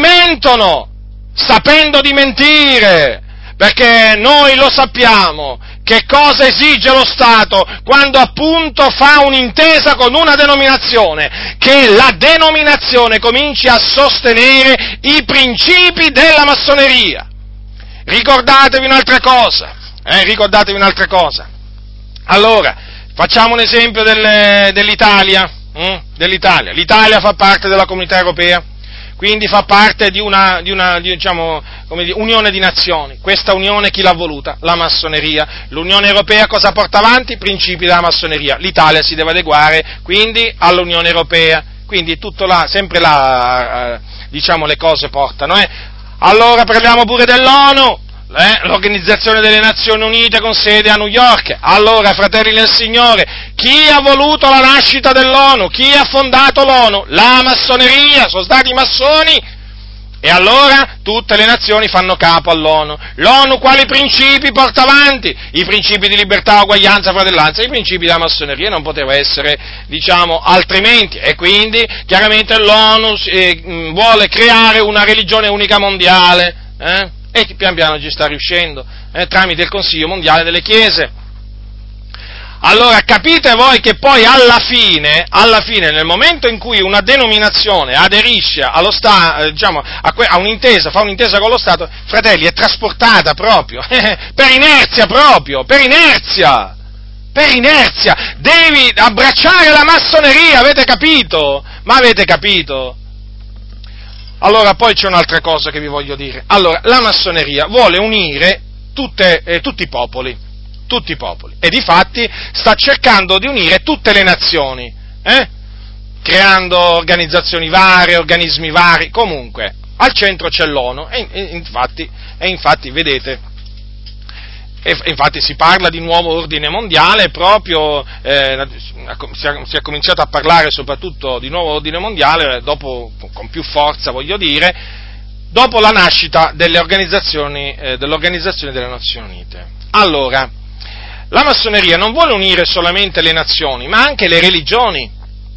sapendo di mentire, perché noi lo sappiamo che cosa esige lo Stato quando appunto fa un'intesa con una denominazione, che la denominazione cominci a sostenere i principi della massoneria. Ricordatevi un'altra cosa. Allora, facciamo un esempio dell'Italia. L'Italia fa parte della Comunità Europea, quindi fa parte di una diciamo, come dire, unione di nazioni. Questa unione chi l'ha voluta? La massoneria. L'Unione Europea cosa porta avanti? I principi della massoneria. L'Italia si deve adeguare quindi all'Unione Europea. Quindi tutto là, sempre là, diciamo, le cose portano. Allora parliamo pure dell'ONU. L'Organizzazione delle Nazioni Unite con sede a New York. Allora, fratelli del Signore, chi ha voluto la nascita dell'ONU? Chi ha fondato l'ONU? La massoneria, sono stati i massoni. E allora tutte le nazioni fanno capo all'ONU. L'ONU quali principi porta avanti? I principi di libertà, uguaglianza, fratellanza, i principi della massoneria, non poteva essere, diciamo, altrimenti. E quindi, chiaramente, l'ONU vuole creare una religione unica mondiale, e pian piano ci sta riuscendo, tramite il Consiglio Mondiale delle Chiese. Allora capite voi che poi alla fine, nel momento in cui una denominazione aderisce allo diciamo, a un'intesa, fa un'intesa con lo Stato, fratelli, è trasportata proprio, per inerzia, devi abbracciare la massoneria, avete capito? Ma avete capito? Allora, poi c'è un'altra cosa che vi voglio dire. Allora, la massoneria vuole unire tutti i popoli, e difatti sta cercando di unire tutte le nazioni, creando organizzazioni varie, organismi vari, comunque, al centro c'è l'ONU, e infatti, vedete, infatti si parla di nuovo ordine mondiale proprio, si è cominciato a parlare soprattutto di nuovo ordine mondiale dopo, con più forza voglio dire, dopo la nascita dell'Organizzazione delle Nazioni Unite. Allora, la massoneria non vuole unire solamente le nazioni, ma anche le religioni.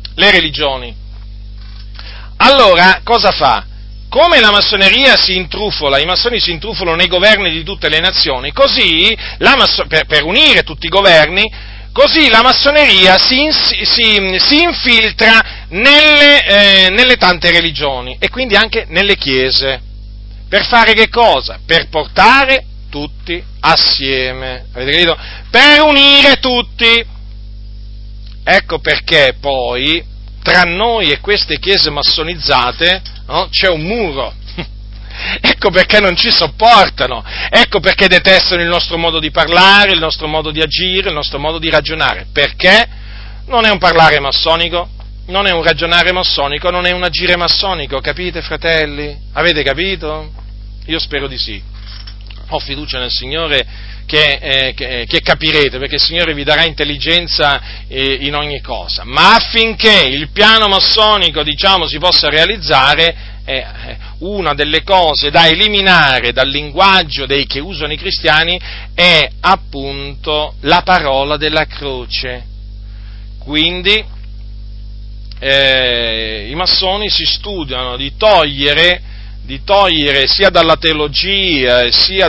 Allora, cosa fa? Come la massoneria i massoni si intrufolano nei governi di tutte le nazioni, così, per unire tutti i governi, così la massoneria si infiltra nelle tante religioni, e quindi anche nelle chiese. Per fare che cosa? Per portare tutti assieme, avete capito? Per unire tutti. Ecco perché poi, tra noi e queste chiese massonizzate, no, c'è un muro. Ecco perché non ci sopportano, ecco perché detestano il nostro modo di parlare, il nostro modo di agire, il nostro modo di ragionare, perché non è un parlare massonico, non è un ragionare massonico, non è un agire massonico, capite, fratelli? Avete capito? Io spero di sì. Ho fiducia nel Signore che capirete, perché il Signore vi darà intelligenza in ogni cosa, ma affinché il piano massonico, diciamo, si possa realizzare, una delle cose da eliminare dal linguaggio che usano i cristiani è appunto la parola della croce. Quindi i massoni si studiano di togliere di togliere sia dalla teologia sia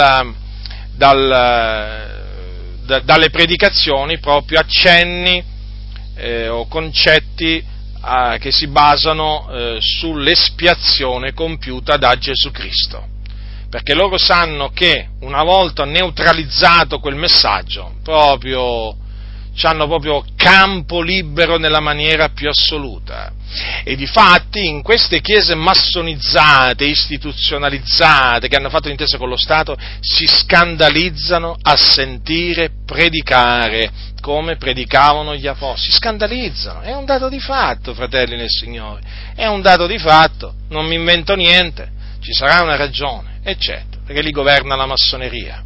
dalle predicazioni proprio accenni o concetti che si basano sull'espiazione compiuta da Gesù Cristo, perché loro sanno che una volta neutralizzato quel messaggio c'hanno proprio campo libero nella maniera più assoluta. E difatti in queste chiese massonizzate, istituzionalizzate, che hanno fatto intesa con lo Stato, si scandalizzano a sentire predicare come predicavano gli apostoli. Si scandalizzano, è un dato di fatto, fratelli nel Signore, è un dato di fatto, non mi invento niente, ci sarà una ragione, e certo, perché lì governa la massoneria.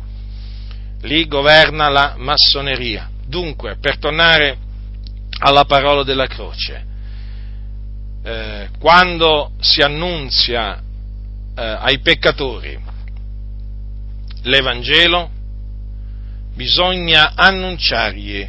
Dunque, per tornare alla parola della croce, quando si annunzia ai peccatori l'Evangelo, bisogna annunciargli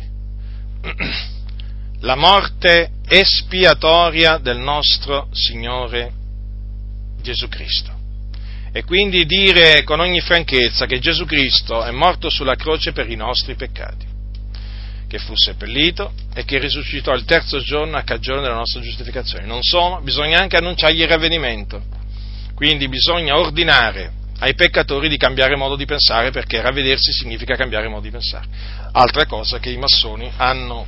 la morte espiatoria del nostro Signore Gesù Cristo. E quindi dire con ogni franchezza che Gesù Cristo è morto sulla croce per i nostri peccati, che fu seppellito e che risuscitò il terzo giorno a cagione della nostra giustificazione. Non solo, bisogna anche annunciargli il ravvedimento. Quindi bisogna ordinare ai peccatori di cambiare modo di pensare, perché ravvedersi significa cambiare modo di pensare. Altra cosa che i massoni hanno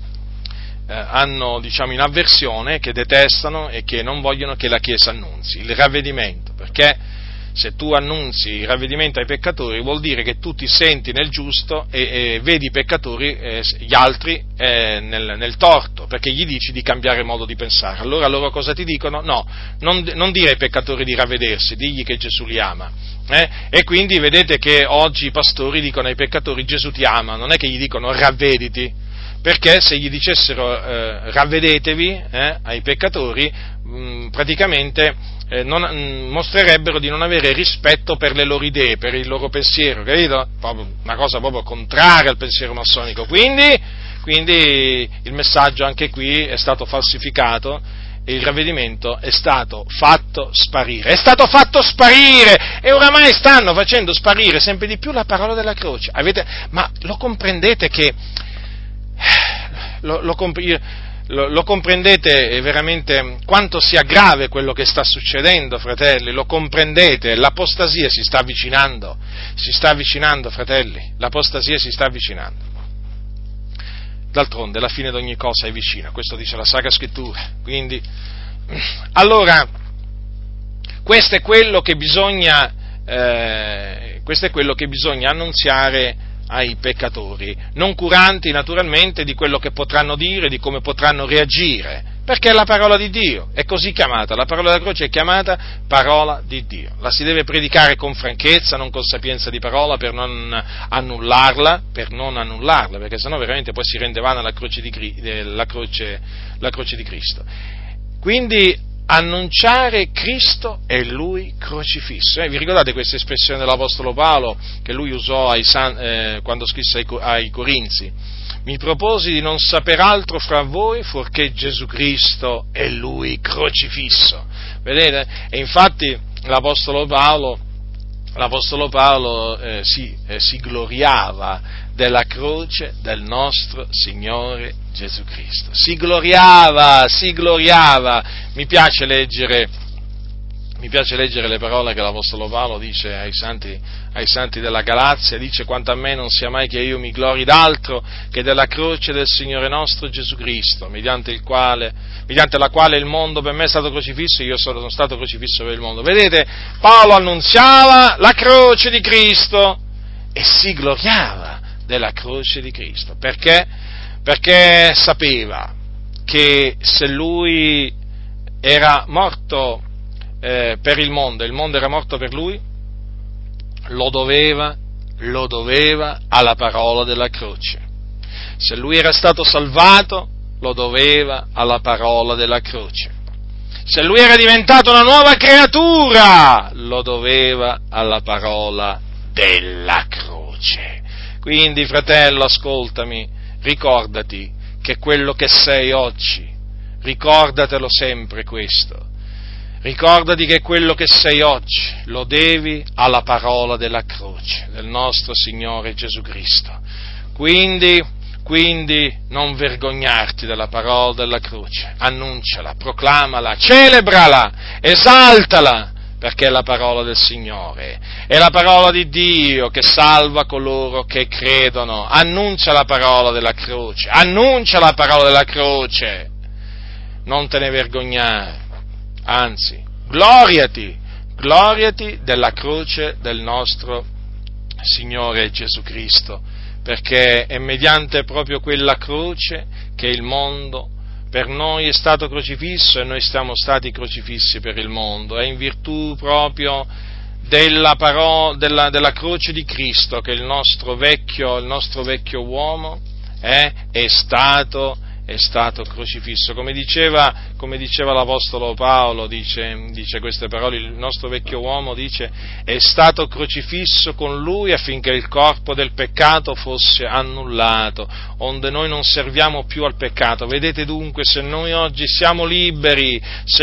in avversione, che detestano e che non vogliono che la Chiesa annunzi il ravvedimento, perché se tu annunzi il ravvedimento ai peccatori vuol dire che tu ti senti nel giusto e vedi i peccatori, gli altri, nel torto, perché gli dici di cambiare modo di pensare. Allora loro cosa ti dicono? No, non dire ai peccatori di ravvedersi, digli che Gesù li ama. E quindi vedete che oggi i pastori dicono ai peccatori Gesù ti ama, non è che gli dicono ravvediti, perché se gli dicessero ravvedetevi ai peccatori, praticamente mostrerebbero di non avere rispetto per le loro idee, per il loro pensiero, capito? Una cosa proprio contraria al pensiero massonico. Quindi il messaggio anche qui è stato falsificato e il ravvedimento è stato fatto sparire. È stato fatto sparire e oramai stanno facendo sparire sempre di più la parola della croce. Ma lo comprendete che lo comprendete veramente quanto sia grave quello che sta succedendo, fratelli? Lo comprendete? L'apostasia si sta avvicinando, fratelli, l'apostasia si sta avvicinando. D'altronde la fine di ogni cosa è vicina, questo dice la Sacra Scrittura. Quindi, allora, questo è quello che bisogna annunziare ai peccatori, non curanti naturalmente di quello che potranno dire, di come potranno reagire, perché è la parola di Dio, è così chiamata, la parola della croce è chiamata parola di Dio, la si deve predicare con franchezza, non con sapienza di parola, per non annullarla, perché sennò veramente poi si rende vana la croce di Cristo. Quindi annunciare Cristo e Lui crocifisso. Vi ricordate questa espressione dell'Apostolo Paolo che lui usò quando scrisse ai Corinzi? Mi proposi di non saper altro fra voi fuorché Gesù Cristo e Lui crocifisso. Vedete? E infatti l'Apostolo Paolo si gloriava della croce del nostro Signore Gesù Cristo. Si gloriava. Mi piace leggere le parole che l'Apostolo Paolo dice ai santi della Galazia, dice: quanto a me non sia mai che io mi glori d'altro che della croce del Signore nostro Gesù Cristo, mediante la quale il mondo per me è stato crocifisso e io sono stato crocifisso per il mondo. Vedete, Paolo annunziava la croce di Cristo e si gloriava della croce di Cristo. Perché? Perché sapeva che se lui era morto per il mondo era morto per lui, lo doveva alla parola della croce. Se lui era stato salvato, lo doveva alla parola della croce. Se lui era diventato una nuova creatura, lo doveva alla parola della croce. Quindi, fratello, ascoltami, ricordati che quello che sei oggi, ricordatelo sempre questo. Ricordati che quello che sei oggi lo devi alla parola della croce del nostro Signore Gesù Cristo. Quindi non vergognarti della parola della croce, annunciala, proclamala, celebrala, esaltala, perché è la parola del Signore, è la parola di Dio che salva coloro che credono. Annuncia la parola della croce, annuncia la parola della croce, non te ne vergognare, anzi, gloriati della croce del nostro Signore Gesù Cristo, perché è mediante proprio quella croce che il mondo per noi è stato crocifisso e noi siamo stati crocifissi per il mondo. È in virtù proprio della croce di Cristo che il nostro vecchio uomo è stato crocifisso. Come diceva l'Apostolo Paolo, dice queste parole, il nostro vecchio uomo, dice, è stato crocifisso con lui affinché il corpo del peccato fosse annullato, onde noi non serviamo più al peccato. Vedete dunque, se noi oggi siamo liberi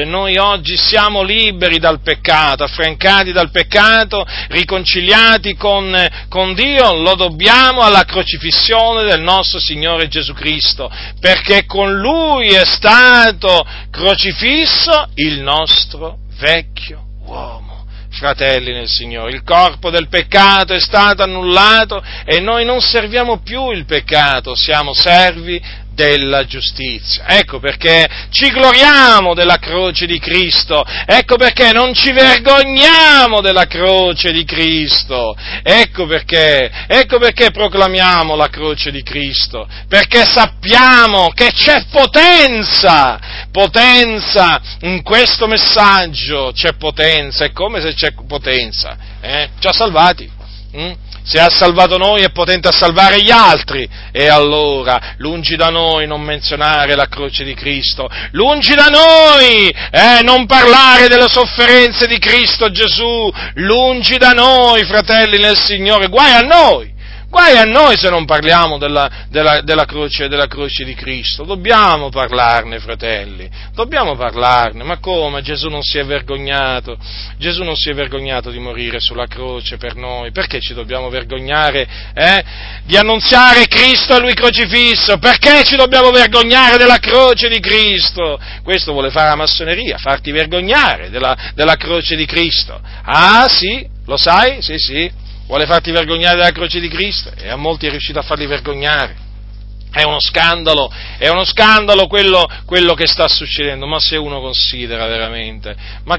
dal peccato, affrancati dal peccato, riconciliati con Dio, lo dobbiamo alla crocifissione del nostro Signore Gesù Cristo, perché con Lui è stato crocifisso il nostro vecchio uomo. Fratelli nel Signore, il corpo del peccato è stato annullato e noi non serviamo più il peccato, siamo servi della giustizia. Ecco perché ci gloriamo della croce di Cristo, ecco perché non ci vergogniamo della croce di Cristo, ecco perché proclamiamo la croce di Cristo, perché sappiamo che c'è potenza in questo messaggio, c'è potenza, è come se c'è potenza, ci ha salvati. Se ha salvato noi è potente a salvare gli altri, e allora lungi da noi non menzionare la croce di Cristo, lungi da noi non parlare delle sofferenze di Cristo Gesù, lungi da noi, fratelli nel Signore, guai a noi se non parliamo della croce di Cristo. Dobbiamo parlarne, fratelli, dobbiamo parlarne. Ma come? Gesù non si è vergognato di morire sulla croce per noi. Perché ci dobbiamo vergognare di annunziare Cristo a Lui crocifisso? Perché ci dobbiamo vergognare della croce di Cristo? Questo vuole fare la massoneria, farti vergognare della croce di Cristo. Ah sì, lo sai? Sì. Vuole farti vergognare della croce di Cristo, e a molti è riuscito a farli vergognare. È uno scandalo quello che sta succedendo, ma se uno considera veramente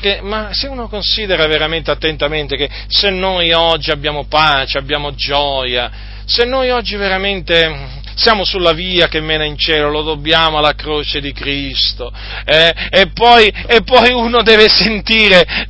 attentamente che se noi oggi abbiamo pace, abbiamo gioia, se noi oggi veramente siamo sulla via che mena in cielo, lo dobbiamo alla croce di Cristo, e poi uno deve sentire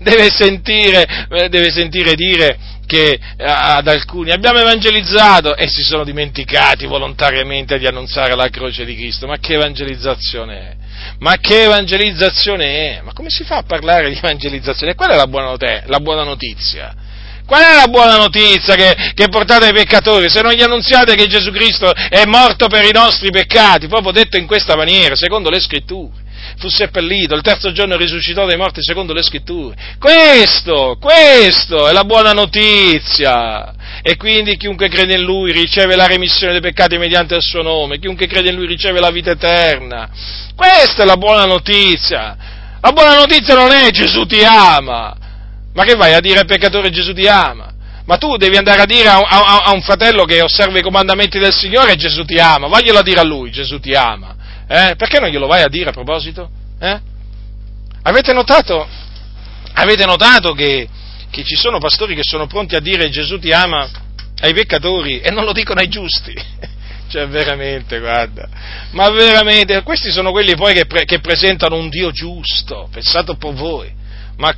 dire che ad alcuni abbiamo evangelizzato e si sono dimenticati volontariamente di annunziare la croce di Cristo. Ma che evangelizzazione è? Ma come si fa a parlare di evangelizzazione? Qual è la buona notizia? Qual è la buona notizia che portate ai peccatori, se non gli annunziate che Gesù Cristo è morto per i nostri peccati, proprio detto in questa maniera, secondo le Scritture? Fu seppellito, il terzo giorno risuscitò dai morti secondo le Scritture. Questo è la buona notizia. E quindi chiunque crede in Lui riceve la remissione dei peccati mediante il suo nome, chiunque crede in Lui riceve la vita eterna. Questa è la buona notizia. La buona notizia non è Gesù ti ama. Ma che vai a dire al peccatore Gesù ti ama? Ma tu devi andare a dire a un fratello che osserva i comandamenti del Signore Gesù ti ama, vaglielo a dire a lui Gesù ti ama. Perché non glielo vai a dire a proposito? Avete notato che ci sono pastori che sono pronti a dire Gesù ti ama ai peccatori e non lo dicono ai giusti? Cioè veramente, guarda, ma veramente, questi sono quelli poi che presentano un Dio giusto, pensate un po' voi. Ma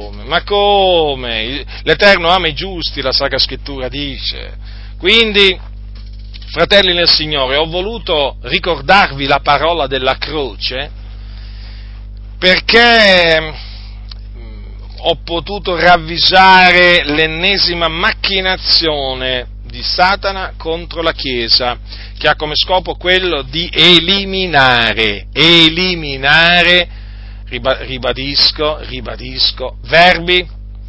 come? L'Eterno ama i giusti, la Sacra Scrittura dice. Quindi, fratelli nel Signore, ho voluto ricordarvi la parola della croce perché ho potuto ravvisare l'ennesima macchinazione di Satana contro la Chiesa, che ha come scopo quello di eliminare ribadisco, verbi,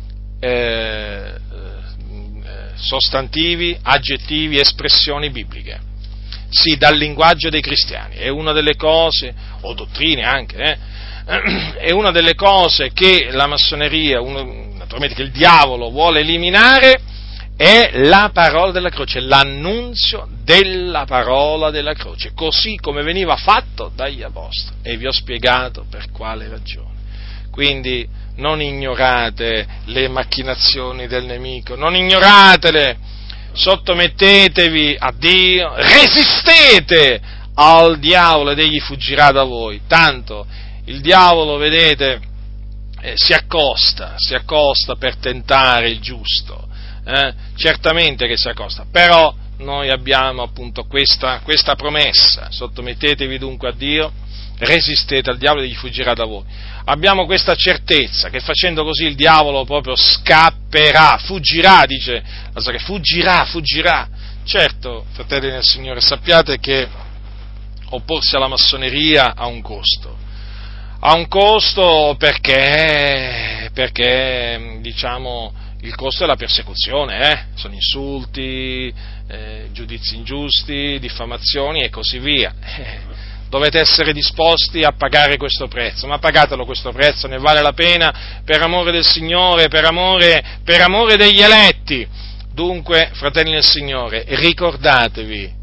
sostantivi, aggettivi, espressioni bibliche. Sì, dal linguaggio dei cristiani. È una delle cose, o dottrine anche, è una delle cose che la massoneria, naturalmente che il diavolo vuole eliminare, è la parola della croce, l'annunzio della parola della croce, così come veniva fatto dagli apostoli, e vi ho spiegato per quale ragione. Quindi non ignorate le macchinazioni del nemico, non ignoratele, sottomettetevi a Dio, resistete al diavolo ed egli fuggirà da voi. Tanto il diavolo, vedete, si accosta per tentare il giusto, certamente che si accosta, però noi abbiamo appunto questa promessa: sottomettetevi dunque a Dio, resistete al diavolo e egli fuggirà da voi. Abbiamo questa certezza che facendo così il diavolo proprio scapperà, fuggirà, dice, fuggirà. Certo, fratelli del Signore, sappiate che opporsi alla massoneria ha un costo. Ha un costo perché diciamo, il costo è la persecuzione, sono insulti, giudizi ingiusti, diffamazioni e così via. Dovete essere disposti a pagare questo prezzo, ma pagatelo questo prezzo, ne vale la pena, per amore del Signore, per amore degli eletti. Dunque, fratelli del Signore, ricordatevi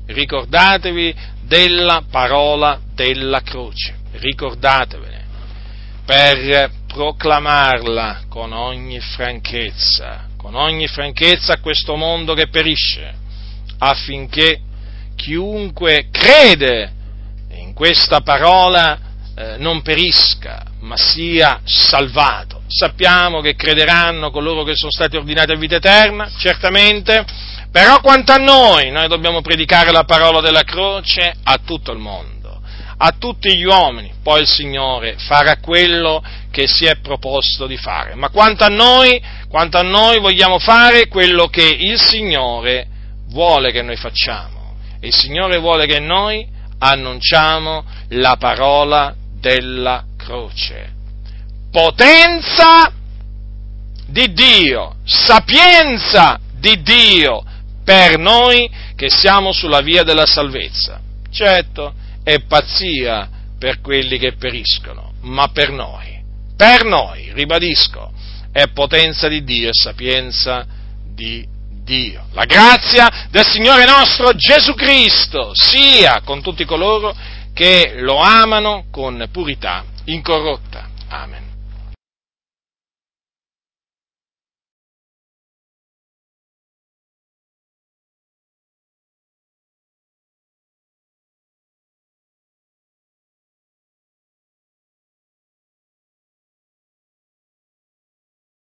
della parola della croce, ricordatevene, per proclamarla con ogni franchezza a questo mondo che perisce, affinché chiunque crede in questa parola non perisca, ma sia salvato. Sappiamo che crederanno coloro che sono stati ordinati a vita eterna, certamente, però quanto a noi dobbiamo predicare la parola della croce a tutto il mondo, a tutti gli uomini, poi il Signore farà quello che si è proposto di fare, ma quanto a noi vogliamo fare quello che il Signore vuole che noi facciamo, e il Signore vuole che noi annunciamo la parola della croce, potenza di Dio, sapienza di Dio per noi che siamo sulla via della salvezza. Certo, è pazzia per quelli che periscono, ma per noi, ribadisco, è potenza di Dio e sapienza di Dio. La grazia del Signore nostro Gesù Cristo sia con tutti coloro che lo amano con purità incorrotta.